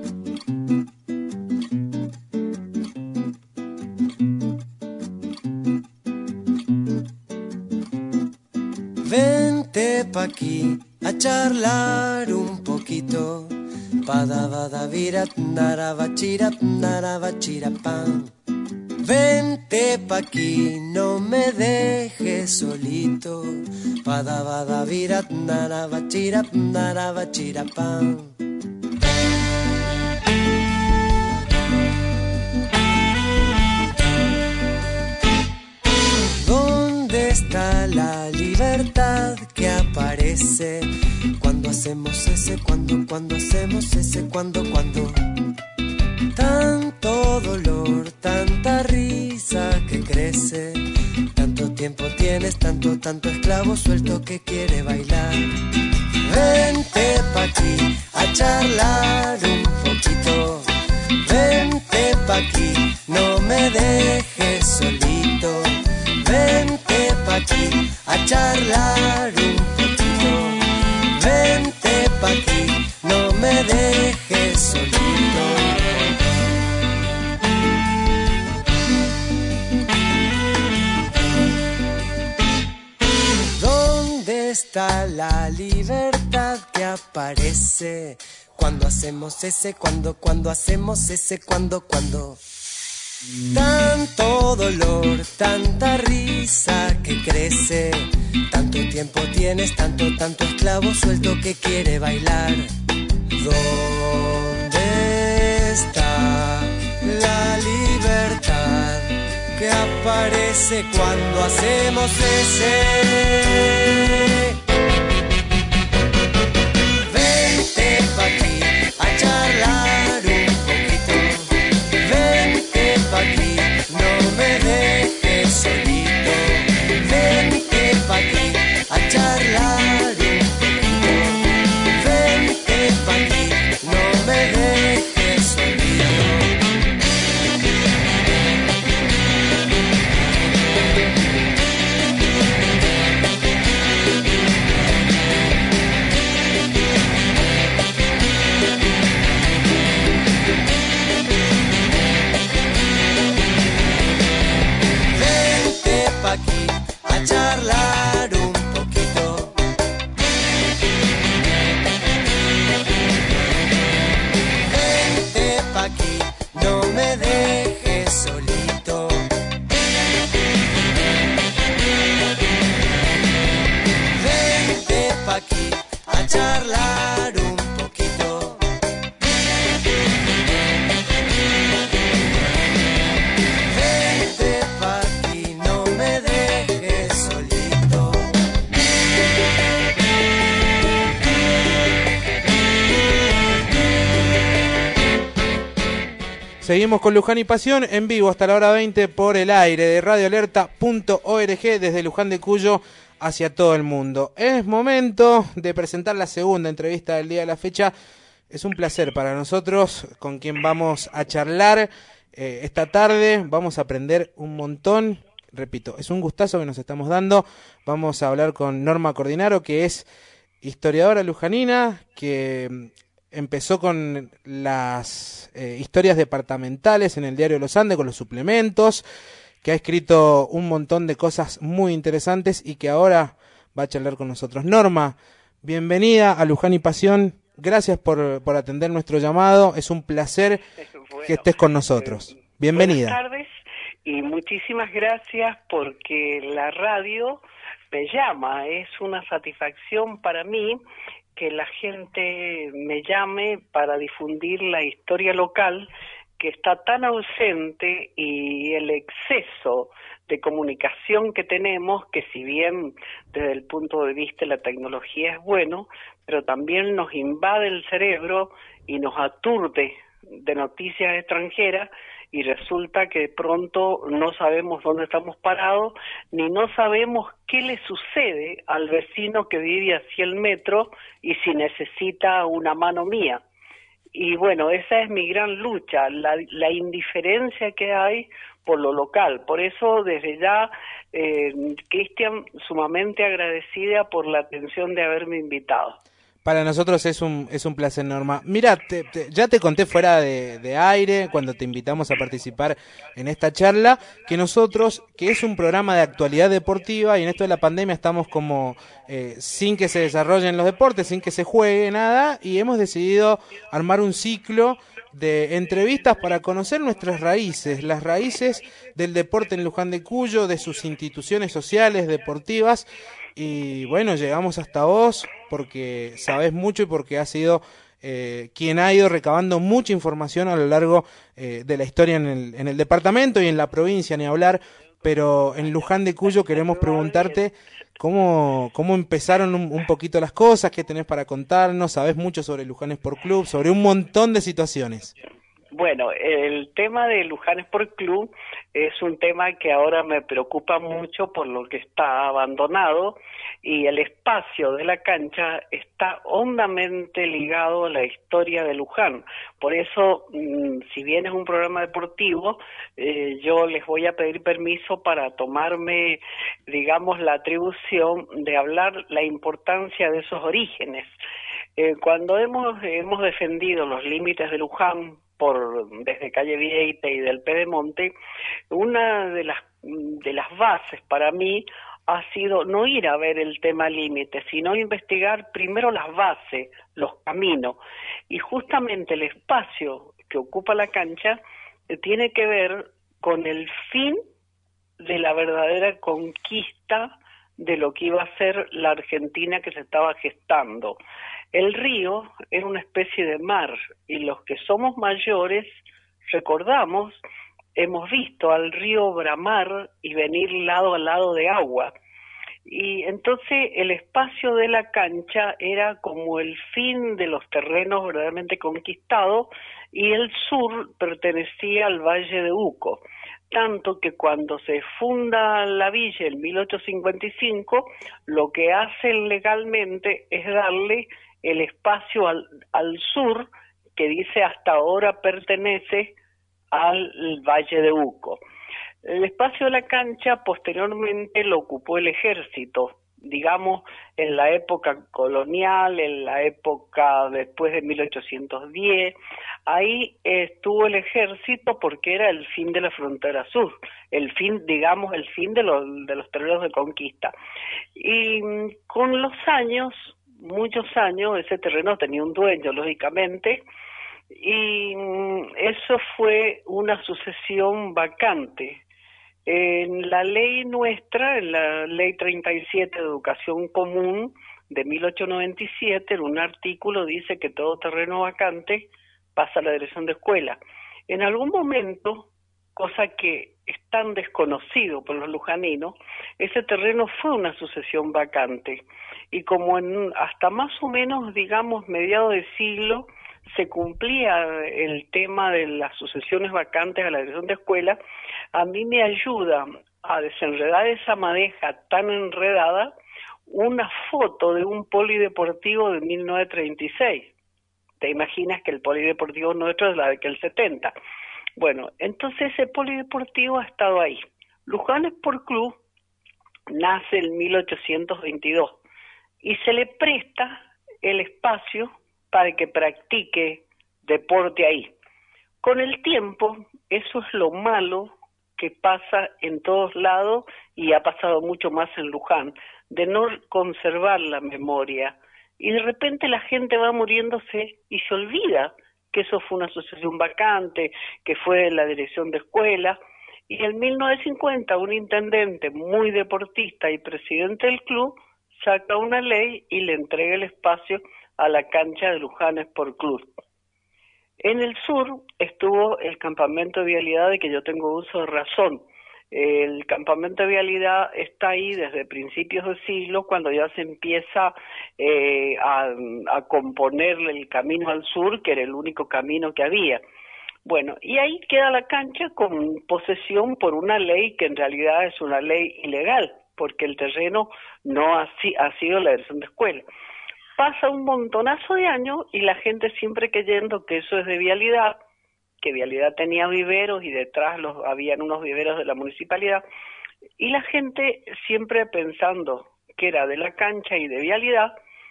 Vente pa' aquí a charlar un poquito. Padavadavirat naravachirat naravachirapam. Vente pa' aquí, no me dejes solito. Padavadavirat naravachirat naravachirapam. ¿Dónde está la libertad que aparece cuando hacemos ese, cuando, cuando hacemos ese, cuando, cuando? Tanto dolor, tanta risa que crece. Tanto tiempo tienes, tanto, tanto esclavo suelto que quiere bailar. Vente pa' aquí a charlar un poquito. Vente pa' aquí, no me dejes solito. Vente pa' aquí a charlar un poquito. Vente pa' aquí, no me dejes solito. ¿Dónde está la libertad que aparece cuando hacemos ese, cuando, cuando hacemos ese, cuando, cuando? Tanto dolor, tanta risa que crece. Tanto tiempo tienes, tanto, tanto esclavo suelto que quiere bailar. ¿Dónde está la libertad que aparece cuando hacemos ese? Vente pa' aquí a charlar un poquito. Vente pa' aquí, no me dejes solito. Vente pa' aquí a charlar un poquito. Vente pa' aquí, no me dejes solito. Seguimos con Luján y Pasión en vivo hasta la hora veinte por el aire de radio alerta punto org desde Luján de Cuyo hacia todo el mundo. Es momento de presentar la segunda entrevista del día de la fecha. Es un placer para nosotros con quien vamos a charlar eh, esta tarde. Vamos a aprender un montón. Repito, es un gustazo que nos estamos dando. Vamos a hablar con Norma Cordinaro, que es historiadora lujanina, que empezó con las eh, historias departamentales en el diario Los Andes, con los suplementos, que ha escrito un montón de cosas muy interesantes y que ahora va a charlar con nosotros. Norma, bienvenida a Luján y Pasión. Gracias por, por atender nuestro llamado. Es un placer bueno, que estés con nosotros. Bienvenida. Buenas tardes y muchísimas gracias porque la radio me llama. Es una satisfacción para mí que la gente me llame para difundir la historia local que está tan ausente y el exceso de comunicación que tenemos, que si bien desde el punto de vista de la tecnología es bueno, pero también nos invade el cerebro y nos aturde de noticias extranjeras y resulta que de pronto no sabemos dónde estamos parados, ni no sabemos qué le sucede al vecino que vive a cien metros y si necesita una mano mía. Y bueno, esa es mi gran lucha, la, la indiferencia que hay por lo local. Por eso, desde ya, eh, Cristian, sumamente agradecida por la atención de haberme invitado. Para nosotros es un es un placer, Norma. Mira, te, te, ya te conté fuera de, de aire, cuando te invitamos a participar en esta charla, que nosotros, que es un programa de actualidad deportiva, y en esto de la pandemia estamos como eh, sin que se desarrollen los deportes, sin que se juegue nada, y hemos decidido armar un ciclo de entrevistas para conocer nuestras raíces, las raíces del deporte en Luján de Cuyo, de sus instituciones sociales, deportivas. Y bueno, llegamos hasta vos porque sabés mucho y porque has sido eh, quien ha ido recabando mucha información a lo largo eh, de la historia en el, en el departamento y en la provincia, ni hablar, pero en Luján de Cuyo queremos preguntarte cómo, cómo empezaron un, un poquito las cosas, qué tenés para contarnos, sabés mucho sobre Luján Sport Club, sobre un montón de situaciones. Bueno, el tema de Luján Sport Club es un tema que ahora me preocupa mucho por lo que está abandonado y el espacio de la cancha está hondamente ligado a la historia de Luján. Por eso, mmm, si bien es un programa deportivo, eh, yo les voy a pedir permiso para tomarme, digamos, la atribución de hablar la importancia de esos orígenes. Eh, cuando hemos, hemos defendido los límites de Luján, por desde Calle Vieite y del Pedemonte, una de las de las bases para mí ha sido no ir a ver el tema límite, sino investigar primero las bases, los caminos, y justamente el espacio que ocupa la cancha eh, tiene que ver con el fin de la verdadera conquista de lo que iba a ser la Argentina que se estaba gestando. El río era una especie de mar y los que somos mayores recordamos, hemos visto al río bramar y venir lado a lado de agua. Y entonces el espacio de la cancha era como el fin de los terrenos verdaderamente conquistados y el sur pertenecía al Valle de Uco. Tanto que cuando se funda la villa en mil ochocientos cincuenta y cinco, lo que hacen legalmente es darle el espacio al, al sur, que dice hasta ahora pertenece al Valle de Uco. El espacio de la cancha posteriormente lo ocupó el ejército, digamos en la época colonial, en la época después de mil ochocientos diez, ahí estuvo el ejército porque era el fin de la frontera sur, el fin, digamos, el fin de los, de los terrenos de conquista. Y con los años, muchos años, ese terreno tenía un dueño, lógicamente, y eso fue una sucesión vacante. En la ley nuestra, en la ley treinta y siete de educación común de mil ochocientos noventa y siete, en un artículo dice que todo terreno vacante pasa a la dirección de escuela. En algún momento, cosa que es tan desconocido por los lujaninos, ese terreno fue una sucesión vacante. Y como en hasta más o menos, digamos, mediados de siglo, se cumplía el tema de las sucesiones vacantes a la dirección de escuela, a mí me ayuda a desenredar esa madeja tan enredada una foto de un polideportivo de mil novecientos treinta y seis. Te imaginas que el polideportivo nuestro es la de que el setenta. Bueno, entonces ese polideportivo ha estado ahí. Luján Sport Club nace en mil ochocientos veintidós y se le presta el espacio para que practique deporte ahí. Con el tiempo, eso es lo malo que pasa en todos lados y ha pasado mucho más en Luján, de no conservar la memoria. Y de repente la gente va muriéndose y se olvida que eso fue una asociación vacante, que fue la dirección de escuela. Y en mil novecientos cincuenta un intendente muy deportista y presidente del club saca una ley y le entrega el espacio a la cancha de Luján Sport Club. En el sur estuvo el campamento de vialidad de que yo tengo uso de razón. El campamento de vialidad está ahí desde principios del siglo, cuando ya se empieza eh, a, a componer el camino al sur, que era el único camino que había. Bueno, y ahí queda la cancha con posesión por una ley que en realidad es una ley ilegal, porque el terreno no ha, ha sido la dirección de escuela. Pasa un montonazo de años y la gente siempre creyendo que eso es de vialidad, que vialidad tenía viveros y detrás los habían unos viveros de la municipalidad, y la gente siempre pensando que era de la cancha y de vialidad,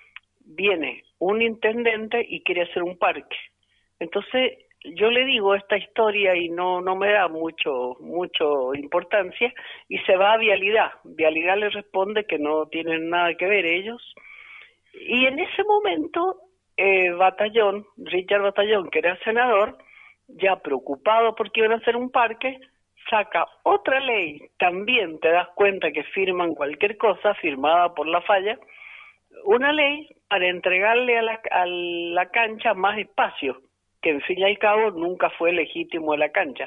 viene un intendente y quiere hacer un parque. Entonces yo le digo esta historia y no no me da mucho mucho importancia y se va a vialidad. Vialidad le responde que no tienen nada que ver ellos. Y en ese momento, eh, Batallón, Richard Batallón, que era senador, ya preocupado porque iban a hacer un parque, saca otra ley, también te das cuenta que firman cualquier cosa, firmada por La Falla, una ley para entregarle a la, a la cancha más espacio, que en fin y al cabo nunca fue legítimo de la cancha.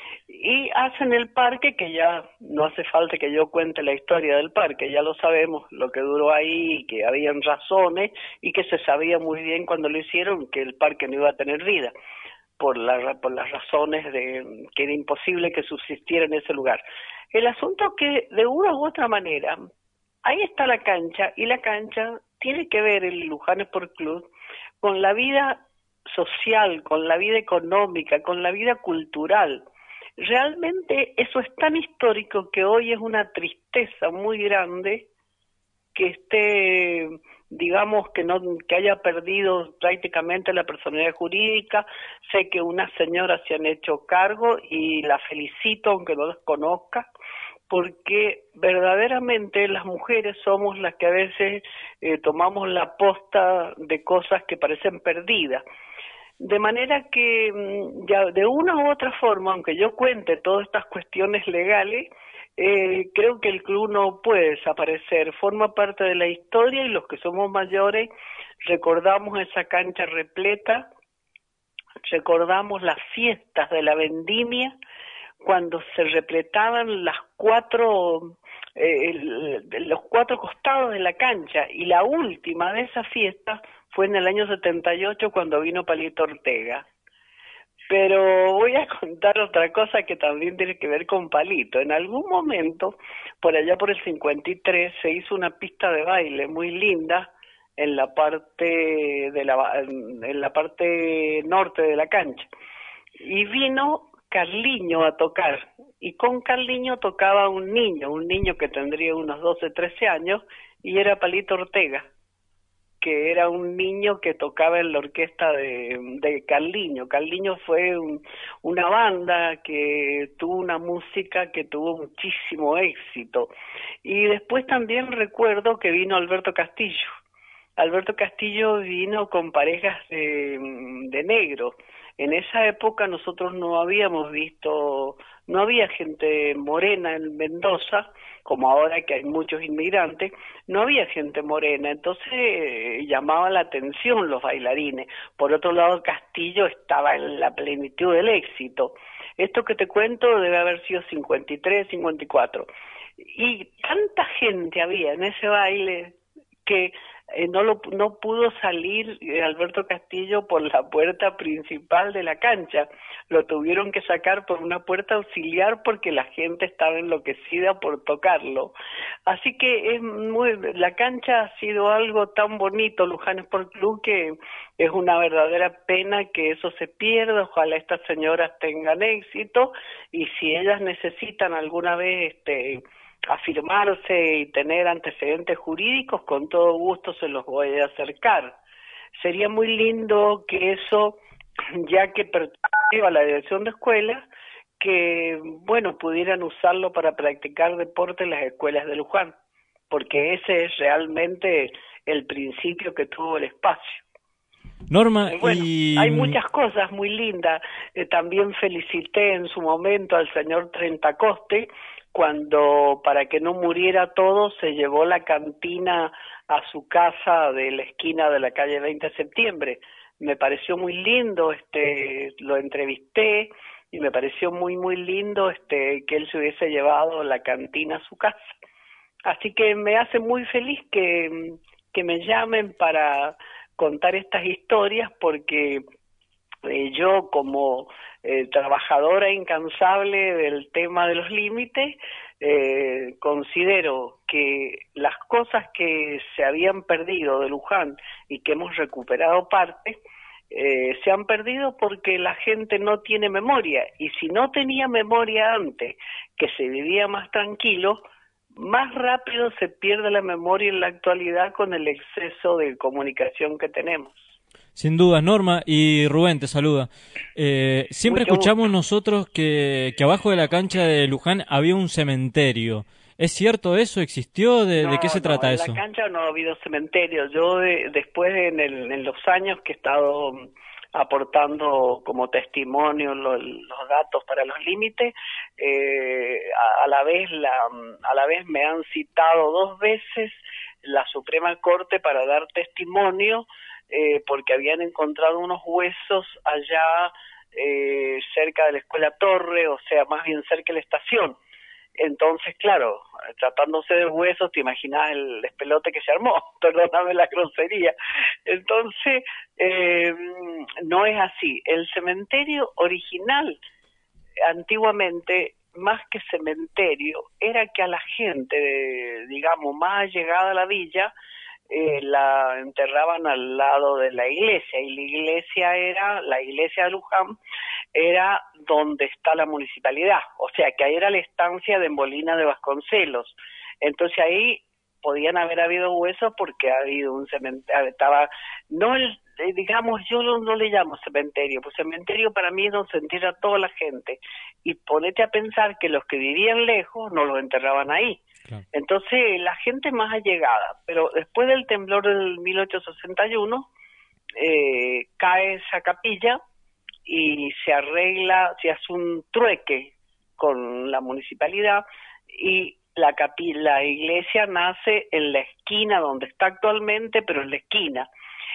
Y hacen el parque, que ya no hace falta que yo cuente la historia del parque, ya lo sabemos, lo que duró ahí, que habían razones y que se sabía muy bien cuando lo hicieron que el parque no iba a tener vida, por, la, por las razones de que era imposible que subsistiera en ese lugar. El asunto es que de una u otra manera, ahí está la cancha, y la cancha tiene que ver el Luján Sport Club con la vida social, con la vida económica, con la vida cultural. Realmente eso es tan histórico que hoy es una tristeza muy grande que esté, digamos, que no que haya perdido prácticamente la personalidad jurídica. Sé que unas señoras se han hecho cargo y la felicito aunque no las conozca, porque verdaderamente las mujeres somos las que a veces eh, tomamos la posta de cosas que parecen perdidas. De manera que ya de una u otra forma, aunque yo cuente todas estas cuestiones legales, eh, creo que el club no puede desaparecer, forma parte de la historia y los que somos mayores recordamos esa cancha repleta, recordamos las fiestas de la vendimia, cuando se repletaban las cuatro, eh, el, los cuatro costados de la cancha, y la última de esas fiestas fue en el año setenta y ocho cuando vino Palito Ortega. Pero voy a contar otra cosa que también tiene que ver con Palito. En algún momento, por allá por el cincuenta y tres, se hizo una pista de baile muy linda en la parte de la en la parte norte de la cancha. Y vino Carliño a tocar, y con Carliño tocaba un niño, un niño que tendría unos doce, trece años, y era Palito Ortega, que era un niño que tocaba en la orquesta de, de Carliño. Carliño fue un, una banda que tuvo una música que tuvo muchísimo éxito. Y después también recuerdo que vino Alberto Castillo. Alberto Castillo vino con parejas de, de negro. En esa época nosotros no habíamos visto, no había gente morena en Mendoza, como ahora que hay muchos inmigrantes, no había gente morena, entonces eh, llamaba la atención los bailarines. Por otro lado, Castillo estaba en la plenitud del éxito. Esto que te cuento debe haber sido cincuenta y tres, cincuenta y cuatro. Y tanta gente había en ese baile que eh, no lo no pudo salir eh, Alberto Castillo por la puerta principal de la cancha, lo tuvieron que sacar por una puerta auxiliar porque la gente estaba enloquecida por tocarlo. Así que es muy, la cancha ha sido algo tan bonito, Luján Sport Club, que es una verdadera pena que eso se pierda. Ojalá estas señoras tengan éxito, y si ellas necesitan alguna vez este afirmarse y tener antecedentes jurídicos, con todo gusto se los voy a acercar. Sería muy lindo que eso, ya que pertenece a la dirección de escuelas, que bueno, pudieran usarlo para practicar deporte en las escuelas de Luján, porque ese es realmente el principio que tuvo el espacio. Norma, Bueno, y... hay muchas cosas muy lindas. Eh, también felicité en su momento al señor Trentacoste, cuando, para que no muriera todo, se llevó la cantina a su casa de la esquina de la calle veinte de septiembre. Me pareció muy lindo, este, lo entrevisté, y me pareció muy, muy lindo este, que él se hubiese llevado la cantina a su casa. Así que me hace muy feliz que, que me llamen para contar estas historias, porque eh, yo como eh, trabajadora incansable del tema de los límites, eh, considero que las cosas que se habían perdido de Luján y que hemos recuperado parte, eh, se han perdido porque la gente no tiene memoria, y si no tenía memoria antes, que se vivía más tranquilo, más rápido se pierde la memoria en la actualidad con el exceso de comunicación que tenemos. Sin duda, Norma, y Rubén te saluda. Eh, siempre Mucho escuchamos gusto. nosotros que, que abajo de la cancha de Luján había un cementerio. ¿Es cierto eso? ¿Existió? ¿De, no, ¿de qué se no, trata en eso? En la cancha no ha habido cementerio. Yo de, después, en, el, en los años que he estado aportando como testimonio lo, los datos para los límites, eh, a, a la vez la a la vez me han citado dos veces la Suprema Corte para dar testimonio, eh, porque habían encontrado unos huesos allá eh, cerca de la Escuela Torre, o sea, más bien cerca de la estación. Entonces, claro, tratándose de huesos, te imaginas el despelote que se armó, perdóname la grosería. Entonces, eh, no es así. El cementerio original, antiguamente, más que cementerio, era que a la gente, digamos, más llegada a la villa, eh, la enterraban al lado de la iglesia, y la iglesia era, la iglesia de Luján, era donde está la municipalidad, o sea que ahí era la estancia de Molina de Vasconcelos. Entonces ahí podían haber habido huesos porque ha habido un cementerio, estaba, no el, digamos, yo no, no le llamo cementerio, pues cementerio para mí es donde se entierra toda la gente, y ponete a pensar que los que vivían lejos no los enterraban ahí. Claro. Entonces la gente más allegada, pero después del temblor del mil ochocientos sesenta y uno eh, cae esa capilla y se arregla, se hace un trueque con la municipalidad, y la capilla, la iglesia nace en la esquina donde está actualmente, pero en la esquina.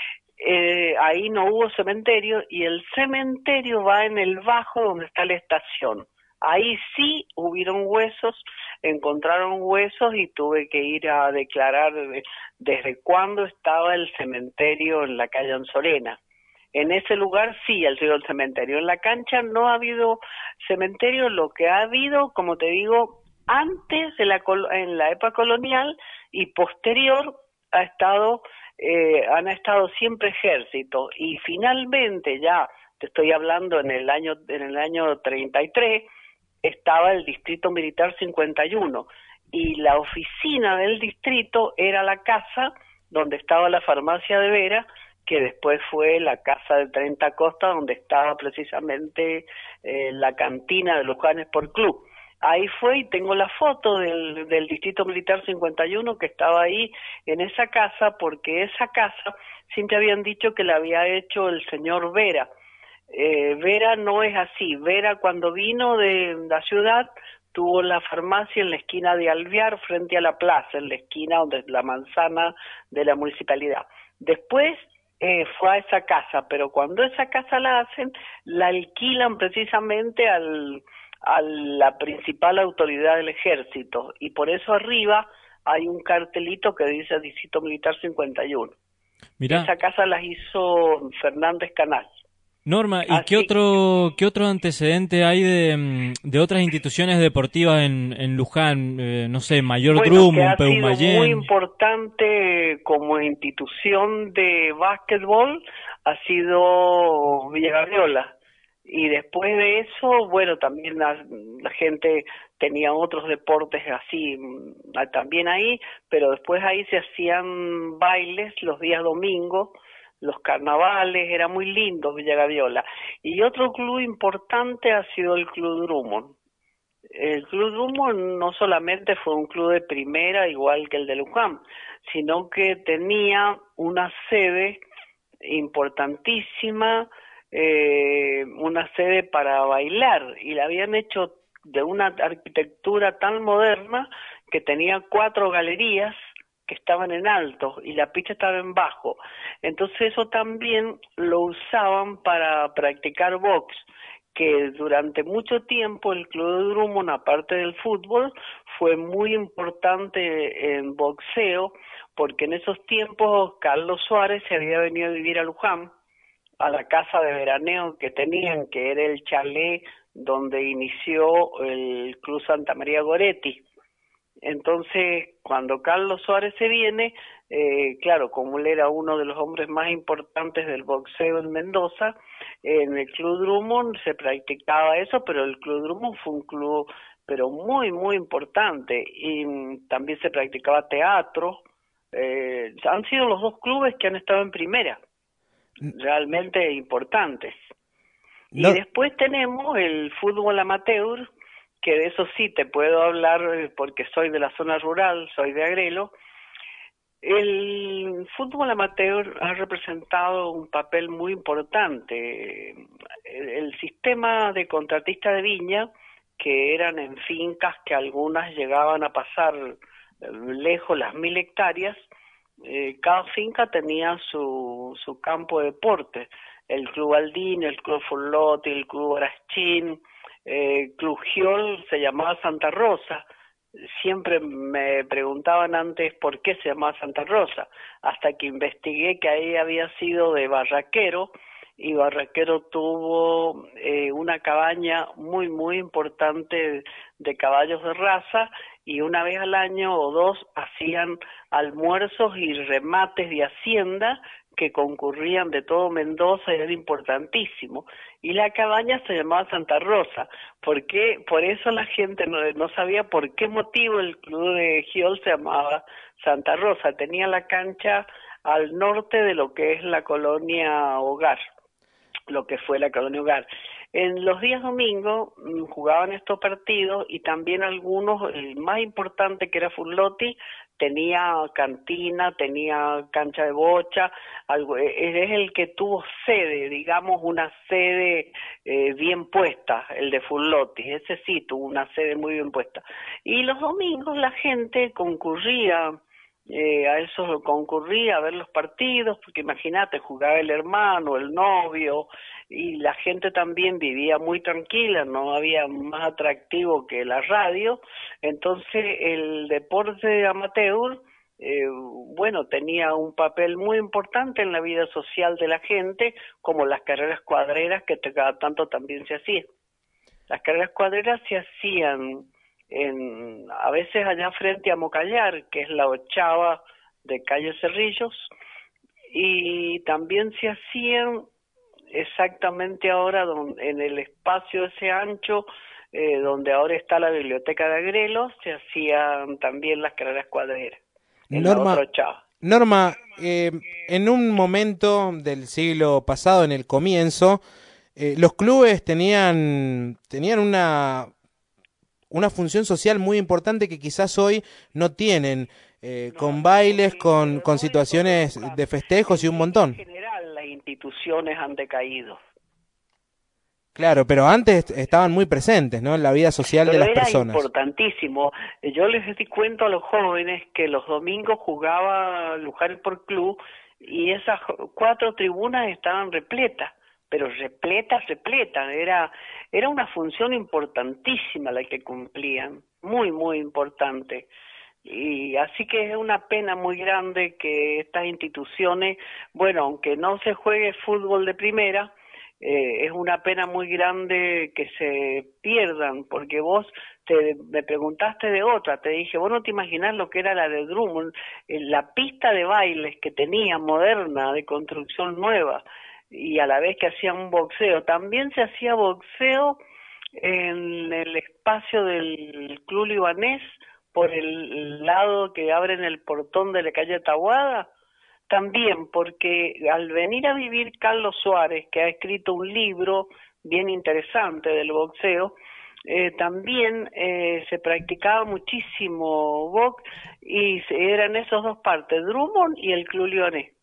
Eh, ahí no hubo cementerio, y el cementerio va en el bajo donde está la estación. Ahí sí hubieron huesos, encontraron huesos, y tuve que ir a declarar de, desde cuándo estaba el cementerio en la calle Anzorena. En ese lugar sí ha sido el cementerio. En la cancha no ha habido cementerio. Lo que ha habido, como te digo, antes de la en la época colonial y posterior ha estado eh, han estado siempre ejércitos, y finalmente, ya te estoy hablando en el año en el año treinta y tres, estaba el Distrito Militar cincuenta y uno, y la oficina del distrito era la casa donde estaba la farmacia de Vera, que después fue la casa de Trenta Costa, donde estaba precisamente eh, la cantina de Luján Sport Club. Ahí fue, y tengo la foto del, del Distrito Militar cincuenta y uno que estaba ahí en esa casa, porque esa casa siempre habían dicho que la había hecho el señor Vera. Eh, Vera no es así. Vera, cuando vino de la ciudad, tuvo la farmacia en la esquina de Alvear, frente a la plaza, en la esquina donde es la manzana de la municipalidad. Después eh, fue a esa casa, pero cuando esa casa la hacen, la alquilan precisamente al, a la principal autoridad del ejército, y por eso arriba hay un cartelito que dice Distrito Militar cincuenta y uno. Mirá. Esa casa las hizo Fernández Canal. Norma, ¿y Así qué otro qué otro antecedente hay de, mm, de otras instituciones deportivas en, en Luján? Eh, no sé, Mayor Bueno, Drummond, que ha sido Peumayén. muy importante como institución de básquetbol, ha sido Villa Gabriola. Y después de eso, bueno, también la, la gente tenía otros deportes así mm, también ahí, pero después ahí se hacían bailes los días domingos, los carnavales, era muy lindo Villa Gabriola. Y otro club importante ha sido el Club Drummond. El Club Drummond no solamente fue un club de primera, igual que el de Luján, sino que tenía una sede importantísima, eh, una sede para bailar, y la habían hecho de una arquitectura tan moderna que tenía cuatro galerías que estaban en alto y la pista estaba en bajo. Entonces eso también lo usaban para practicar box, que durante mucho tiempo el Club de Drummond, aparte del fútbol, fue muy importante en boxeo, porque en esos tiempos Carlos Suárez se había venido a vivir a Luján, a la casa de veraneo que tenían, que era el chalet donde inició el Club Santa María Goretti. Entonces, cuando Carlos Suárez se viene, eh, claro, como él era uno de los hombres más importantes del boxeo en Mendoza, en el Club Drummond se practicaba eso, pero el Club Drummond fue un club pero muy, muy importante, y mm, también se practicaba teatro. Eh, han sido los dos clubes que han estado en primera, realmente importantes. No. Y después tenemos el fútbol amateur, que de eso sí te puedo hablar porque soy de la zona rural, soy de Agrelo. El fútbol amateur ha representado un papel muy importante. El, el sistema de contratista de viña, que eran en fincas que algunas llegaban a pasar lejos las mil hectáreas, eh, cada finca tenía su, su campo de deporte. El Club Aldín, el Club Furlotti, el Club Arachín, eh, Club Giol se llamaba Santa Rosa. Siempre me preguntaban antes por qué se llamaba Santa Rosa, hasta que investigué que ahí había sido de Barraquero, y Barraquero tuvo eh, una cabaña muy, muy importante de caballos de raza, y una vez al año o dos hacían almuerzos y remates de hacienda que concurrían de todo Mendoza, y era importantísimo. Y la cabaña se llamaba Santa Rosa, porque por eso la gente no, no sabía por qué motivo el club de Giol se llamaba Santa Rosa. Tenía la cancha al norte de lo que es la colonia Hogar, lo que fue la colonia Hogar. En los días domingos mmm, jugaban estos partidos, y también algunos, el más importante que era Furlotti, tenía cantina, tenía cancha de bocha, algo, es el que tuvo sede, digamos una sede eh, bien puesta, el de Furlotti, ese sí tuvo una sede muy bien puesta. Y los domingos la gente concurría, eh, a eso concurría a ver los partidos, porque imagínate, jugaba el hermano, el novio, y la gente también vivía muy tranquila, no había más atractivo que la radio. Entonces el deporte amateur, eh, bueno, tenía un papel muy importante en la vida social de la gente, como las carreras cuadreras que cada tanto también se hacían. Las carreras cuadreras se hacían en, a veces allá frente a Mocallar, que es la ochava de calle Cerrillos, y también se hacían exactamente ahora donde, en el espacio ese ancho, eh, donde ahora está la biblioteca de Agrelo, se hacían también las carreras cuadreras. En Norma, la otra ochava. Norma, eh, en un momento del siglo pasado, en el comienzo, eh, los clubes tenían, tenían una, una función social muy importante que quizás hoy no tienen, eh, con bailes, con, con situaciones de festejos y un montón. En general, las instituciones han decaído. Claro, pero antes estaban muy presentes, ¿no?, en la vida social Pero de las era personas. Importantísimo. Yo les di cuento a los jóvenes que los domingos jugaba Luján por Club, y esas cuatro tribunas estaban repletas, pero repletas, repletas. Era, era una función importantísima la que cumplían, muy, muy importante. Y así que es una pena muy grande que estas instituciones, bueno, aunque no se juegue fútbol de primera, eh, es una pena muy grande que se pierdan, porque vos te, me preguntaste de otra, te dije, vos no te imaginás lo que era la de Drummond, eh, la pista de bailes que tenía moderna, de construcción nueva, y a la vez que hacían boxeo. También se hacía boxeo en el espacio del Club Libanés, por el lado que abren el portón de la calle Tahuada, también porque al venir a vivir Carlos Suárez, que ha escrito un libro bien interesante del boxeo, eh, también eh, se practicaba muchísimo box y eran esas dos partes, Drummond y el Club Libanés.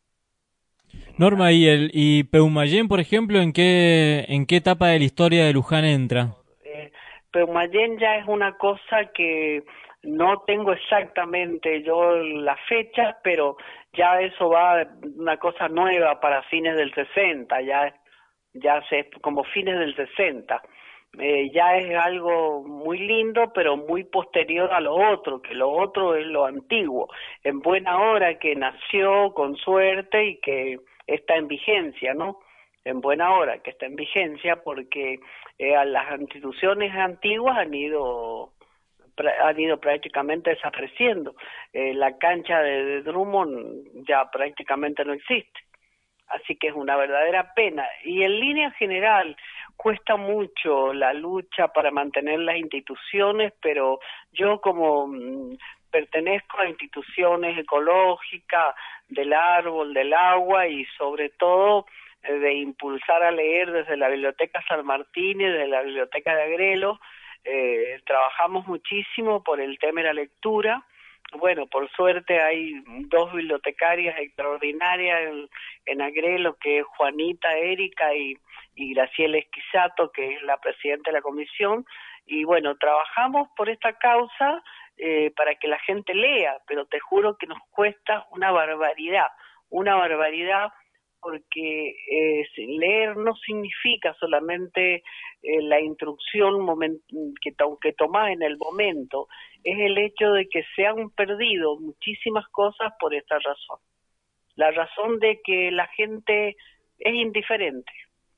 Norma, ¿y el y Peumayén, por ejemplo, en qué en qué etapa de la historia de Luján entra? Eh, Peumayén ya es una cosa que no tengo exactamente yo la fecha, pero ya eso va una cosa nueva para fines del sesenta, ya ya se como fines del sesenta. Eh, ya es algo muy lindo, pero muy posterior a lo otro, que lo otro es lo antiguo, en buena hora, que nació con suerte y que está en vigencia, ¿no? En buena hora, que está en vigencia, porque eh, a las instituciones antiguas han ido han ido prácticamente desapareciendo. Eh, la cancha de, de Drummond ya prácticamente no existe. Así que es una verdadera pena. Y en línea general cuesta mucho la lucha para mantener las instituciones, pero yo como mmm, pertenezco a instituciones ecológicas, del árbol, del agua y sobre todo eh, de impulsar a leer desde la Biblioteca San Martín y desde la Biblioteca de Agrelo, eh, trabajamos muchísimo por el tema de la lectura. Bueno, por suerte hay dos bibliotecarias extraordinarias en, en Agrelo, que es Juanita Erika y, y Graciela Esquisato, que es la presidenta de la comisión, y bueno, trabajamos por esta causa eh, para que la gente lea, pero te juro que nos cuesta una barbaridad, una barbaridad, porque eh, leer no significa solamente eh, la instrucción moment que, to que tomás en el momento, es el hecho de que se han perdido muchísimas cosas por esta razón. La razón de que la gente es indiferente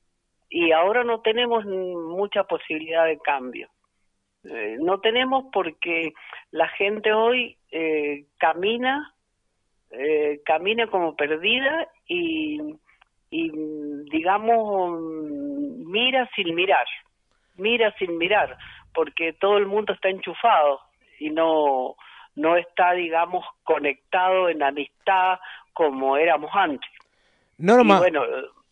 y ahora no tenemos mucha posibilidad de cambio. Eh, no tenemos porque la gente hoy eh, camina Eh, camina como perdida y, y digamos mira sin mirar, mira sin mirar, porque todo el mundo está enchufado y no no está, digamos, conectado en amistad como éramos antes. Norma. Y bueno,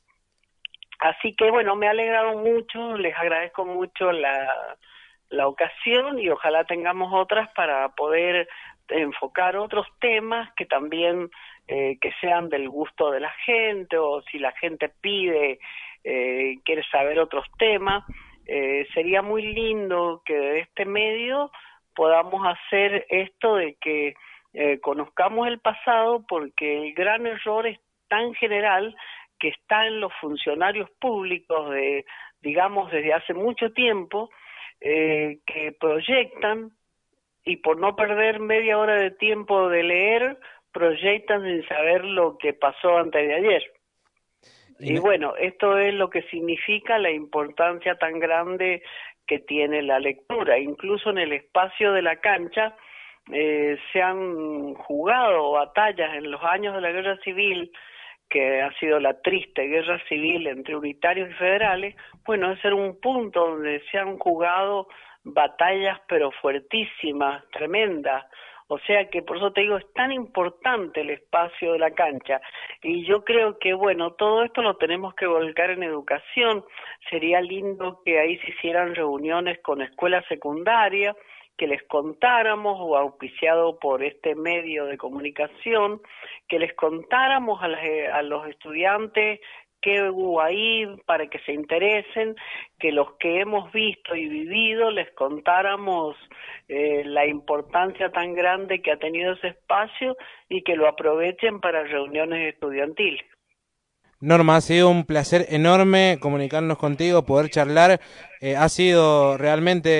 así que bueno, me ha alegrado mucho, les agradezco mucho la, la ocasión y ojalá tengamos otras para poder enfocar otros temas que también eh, que sean del gusto de la gente, o si la gente pide, eh, quiere saber otros temas, eh, sería muy lindo que de este medio podamos hacer esto de que eh, conozcamos el pasado, porque el gran error es tan general que está en los funcionarios públicos de, digamos, desde hace mucho tiempo, eh, que proyectan y por no perder media hora de tiempo de leer, proyectan sin saber lo que pasó antes de ayer. Y, y bueno, esto es lo que significa la importancia tan grande que tiene la lectura. Incluso en el espacio de la cancha eh, se han jugado batallas en los años de la Guerra Civil, que ha sido la triste guerra civil entre unitarios y federales. Bueno, ese era un punto donde se han jugado batallas pero fuertísimas, tremendas, o sea que por eso te digo, es tan importante el espacio de la cancha, y yo creo que bueno, todo esto lo tenemos que volcar en educación. Sería lindo que ahí se hicieran reuniones con escuelas secundarias, que les contáramos, o auspiciado por este medio de comunicación, que les contáramos a, las, a los estudiantes qué hubo ahí para que se interesen, que los que hemos visto y vivido les contáramos eh, la importancia tan grande que ha tenido ese espacio y que lo aprovechen para reuniones estudiantiles. Norma, ha sido un placer enorme comunicarnos contigo, poder charlar. Eh, ha sido realmente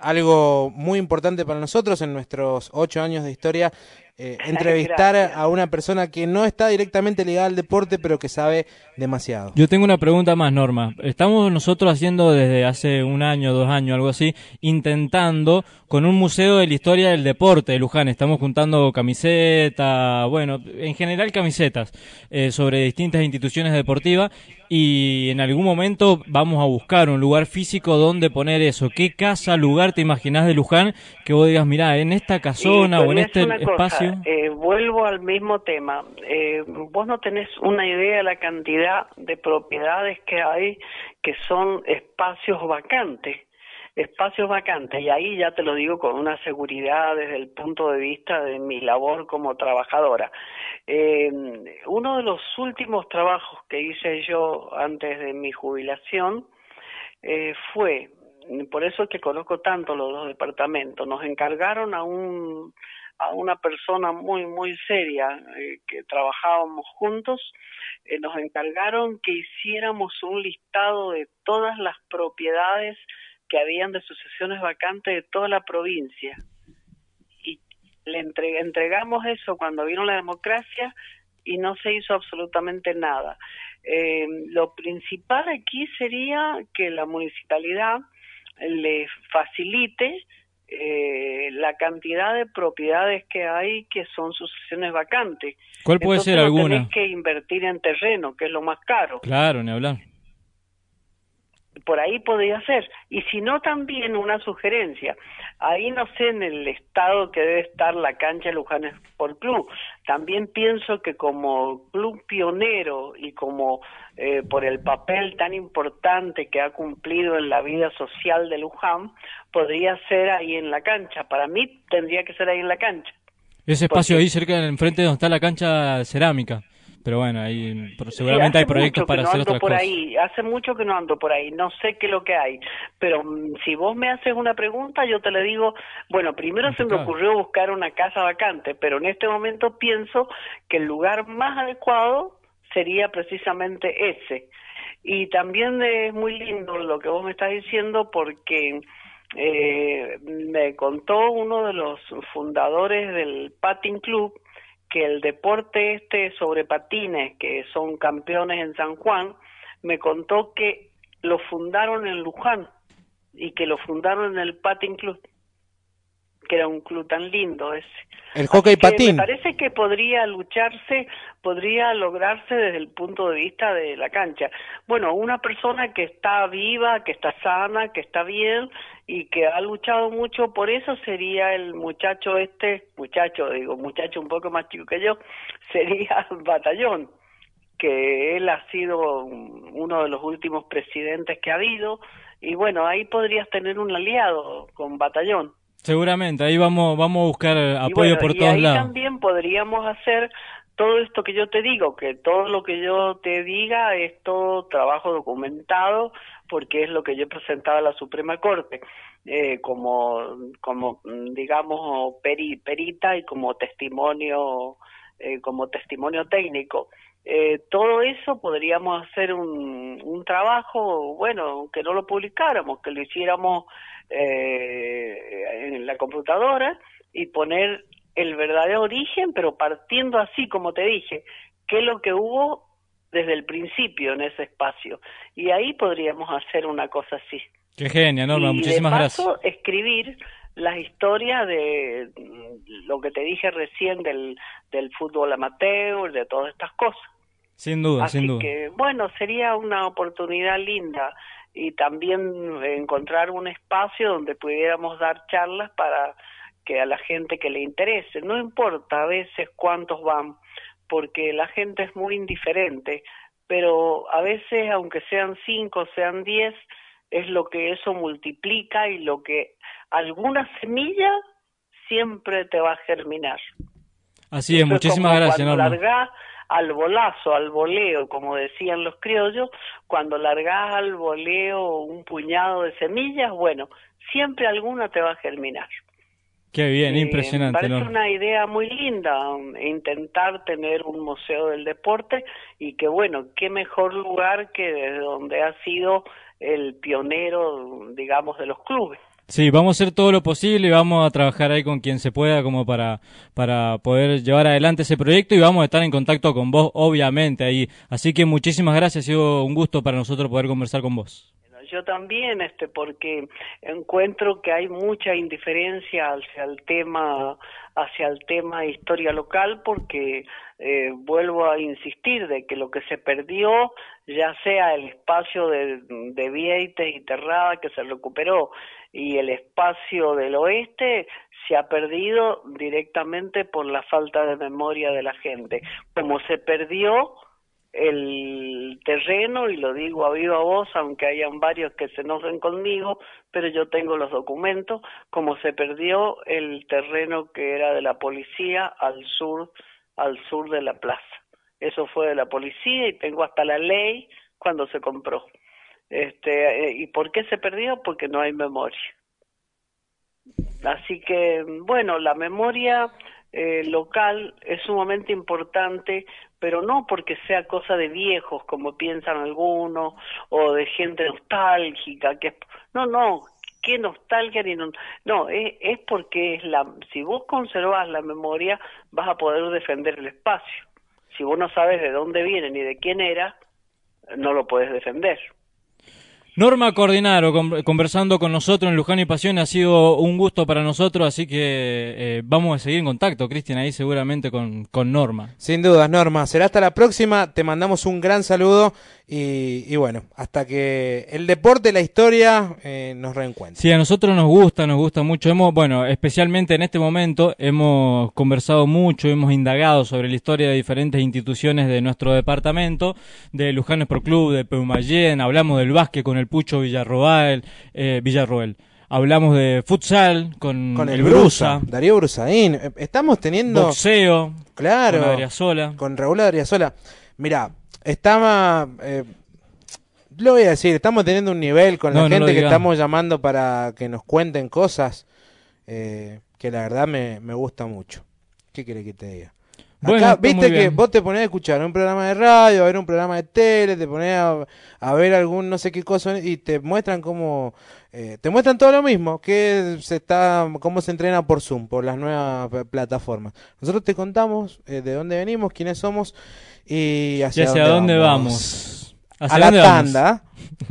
algo muy importante para nosotros en nuestros ocho años de historia, eh, entrevistar Gracias. a una persona que no está directamente ligada al deporte, pero que sabe demasiado. Yo tengo una pregunta más, Norma. Estamos nosotros haciendo desde hace un año, dos años, algo así, intentando con un museo de la historia del deporte de Luján. Estamos juntando camisetas, bueno, en general camisetas eh, sobre distintas instituciones deportivas, y en algún momento vamos a buscar un lugar físico donde poner eso. ¿Qué casa, lugar te imaginás de Luján que vos digas, mirá, en esta casona Sí, o en pero este es una espacio? cosa, eh, vuelvo al mismo tema. Eh, vos no tenés una idea de la cantidad de propiedades que hay que son espacios vacantes. Espacios vacantes, y ahí ya te lo digo con una seguridad desde el punto de vista de mi labor como trabajadora. Eh, uno de los últimos trabajos que hice yo antes de mi jubilación eh, fue, por eso es que conozco tanto los dos departamentos, nos encargaron a un a una persona muy muy seria eh, que trabajábamos juntos, eh, nos encargaron que hiciéramos un listado de todas las propiedades que habían de sucesiones vacantes de toda la provincia, y le entre, entregamos eso cuando vino la democracia y no se hizo absolutamente nada. Eh, lo principal aquí sería que la municipalidad le facilite eh, la cantidad de propiedades que hay que son sucesiones vacantes. ¿Cuál puede Entonces ser no alguna? tenés que invertir en terreno, que es lo más caro. Claro, ni hablar. Por ahí podría ser. Y si no, también una sugerencia. Ahí no sé en el estado que debe estar la cancha Luján Sport Club. También pienso que como club pionero y como eh, por el papel tan importante que ha cumplido en la vida social de Luján, podría ser ahí en la cancha. Para mí tendría que ser ahí en la cancha. Ese espacio Porque- ahí cerca, enfrente donde está la cancha de cerámica. Pero bueno, ahí por- seguramente Sí, hay hace proyectos mucho que para no hacer ando otras por cosas. ahí, hace mucho que no ando por ahí, no sé qué es lo que hay, pero mm, si vos me haces una pregunta, yo te le digo, bueno, primero se me Impecable. ocurrió buscar una casa vacante, pero en este momento pienso que el lugar más adecuado sería precisamente ese. Y también es muy lindo lo que vos me estás diciendo, porque eh, me contó uno de los fundadores del Patin Club que el deporte este sobre patines, que son campeones en San Juan, me contó que lo fundaron en Luján y que lo fundaron en el Patin Club, que era un club tan lindo ese. El hockey Así que patín. me parece que podría lucharse, podría lograrse desde el punto de vista de la cancha. Bueno, una persona que está viva, que está sana, que está bien y que ha luchado mucho por eso sería el muchacho este, muchacho, digo, muchacho un poco más chico que yo, sería Batallón, que él ha sido uno de los últimos presidentes que ha habido, y bueno, ahí podrías tener un aliado con Batallón. Seguramente, ahí vamos vamos a buscar Y apoyo bueno, por y todos ahí lados. también podríamos hacer todo esto que yo te digo, que todo lo que yo te diga es todo trabajo documentado, porque es lo que yo he presentado a la Suprema Corte, eh, como, como digamos, peri, perita y como testimonio, eh, como testimonio técnico. Eh, todo eso podríamos hacer un, un trabajo, bueno, que no lo publicáramos, que lo hiciéramos eh, en la computadora y poner el verdadero origen, pero partiendo así, como te dije, qué es lo que hubo desde el principio en ese espacio. Y ahí podríamos hacer una cosa así. Qué genia, Norma, y muchísimas de gracias. paso, escribir las historias de mm, lo que te dije recién del, del fútbol amateur, de todas estas cosas. Sin duda, Así sin duda. que, bueno, sería una oportunidad linda y también encontrar un espacio donde pudiéramos dar charlas para que a la gente que le interese, no importa a veces cuántos van, porque la gente es muy indiferente, pero a veces, aunque sean cinco, sean diez, es lo que eso multiplica y lo que alguna semilla siempre te va a germinar. Así es, Eso muchísimas como gracias, cuando Norma. largás al bolazo, al voleo, como decían los criollos, cuando largás al voleo un puñado de semillas, bueno, siempre alguna te va a germinar. Qué bien, Eh, impresionante, Me parece Norma. una idea muy linda, um, intentar tener un museo del deporte y que, bueno, qué mejor lugar que desde donde ha sido el pionero, digamos, de los clubes. Sí, vamos a hacer todo lo posible y vamos a trabajar ahí con quien se pueda como para, para poder llevar adelante ese proyecto y vamos a estar en contacto con vos, obviamente, ahí. Así que muchísimas gracias, ha sido un gusto para nosotros poder conversar con vos. Yo también, este, porque encuentro que hay mucha indiferencia hacia el tema, hacia el tema historia local, porque eh, vuelvo a insistir de que lo que se perdió, ya sea el espacio de, de Vieites y Terrada que se recuperó y el espacio del oeste, se ha perdido directamente por la falta de memoria de la gente. Como se perdió el terreno, y lo digo a viva voz, aunque hayan varios que se enojen conmigo, pero yo tengo los documentos, como se perdió el terreno que era de la policía al sur, al sur de la plaza. Eso fue de la policía y tengo hasta la ley cuando se compró. Este, ¿y por qué se perdió? Porque no hay memoria. Así que, bueno, la memoria eh, local es sumamente importante, pero no porque sea cosa de viejos, como piensan algunos, o de gente nostálgica, que no, no, qué nostalgia ni no, no es, es porque es la, si vos conservás la memoria, vas a poder defender el espacio. Si vos no sabes de dónde viene ni de quién era, no lo podés defender. Norma Cordenaro, conversando con nosotros en Luján y Pasión, ha sido un gusto para nosotros, así que eh, vamos a seguir en contacto, Cristian, ahí seguramente con, con Norma. Sin dudas, Norma. Será hasta la próxima, te mandamos un gran saludo y, y bueno, hasta que el deporte, la historia eh, nos reencuentre. Sí, a nosotros nos gusta, nos gusta mucho. Hemos, bueno, especialmente en este momento, hemos conversado mucho, hemos indagado sobre la historia de diferentes instituciones de nuestro departamento, de Luján Sport Club, de Pehumayén, hablamos del básquet con el Pucho Villarroel, eh, Villarroel. Hablamos de futsal con, con el, el Brusa, Brusa, Darío Brusaín. Estamos teniendo boxeo, claro, con Adriasola. Con Raúl Adriasola. Mirá, estaba, eh, lo voy a decir, estamos teniendo un nivel con no, la no gente que digamos. estamos llamando para que nos cuenten cosas eh, que la verdad me, me gusta mucho. ¿Qué querés que te diga? Bueno, acá, viste que bien. vos te ponés a escuchar un programa de radio, a ver un programa de tele, te ponés a, a ver algún no sé qué cosa y te muestran cómo, eh, te muestran todo lo mismo, que se está, cómo se entrena por Zoom, por las nuevas plataformas. Nosotros te contamos eh, de dónde venimos, quiénes somos y hacia, ¿Y hacia dónde, dónde vamos. vamos? ¿Hacia A la dónde tanda.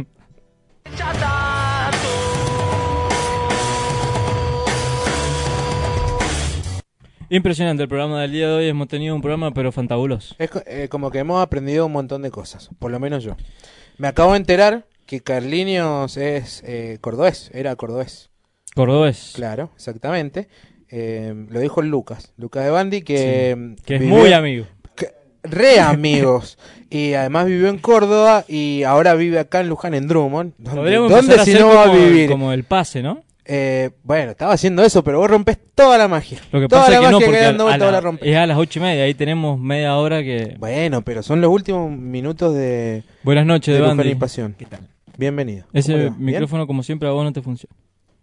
Impresionante el programa del día de hoy, hemos tenido un programa pero fantabuloso. Es eh, como que hemos aprendido un montón de cosas, por lo menos yo. Me acabo de enterar que Carliños es eh, cordobés, era cordobés. Cordobés. Claro, exactamente. Eh, lo dijo Lucas, Lucas de Bandi, que, sí, que es vivió, muy amigo. Que, re amigos. Y además vivió en Córdoba y ahora vive acá en Luján, en Drummond. ¿Dónde, ¿dónde si no va a vivir? Como el pase, ¿no? Eh, bueno, estaba haciendo eso, pero vos rompés toda la magia. Lo que toda pasa la es que magia no, porque que dando a, a vuelta la, la es a las ocho y media, ahí tenemos media hora que... Bueno, pero son los últimos minutos de... Buenas noches, de de Luján y Bandi. Pasión. ¿Qué tal? Bienvenido. Ese micrófono, como siempre, a vos no te funciona.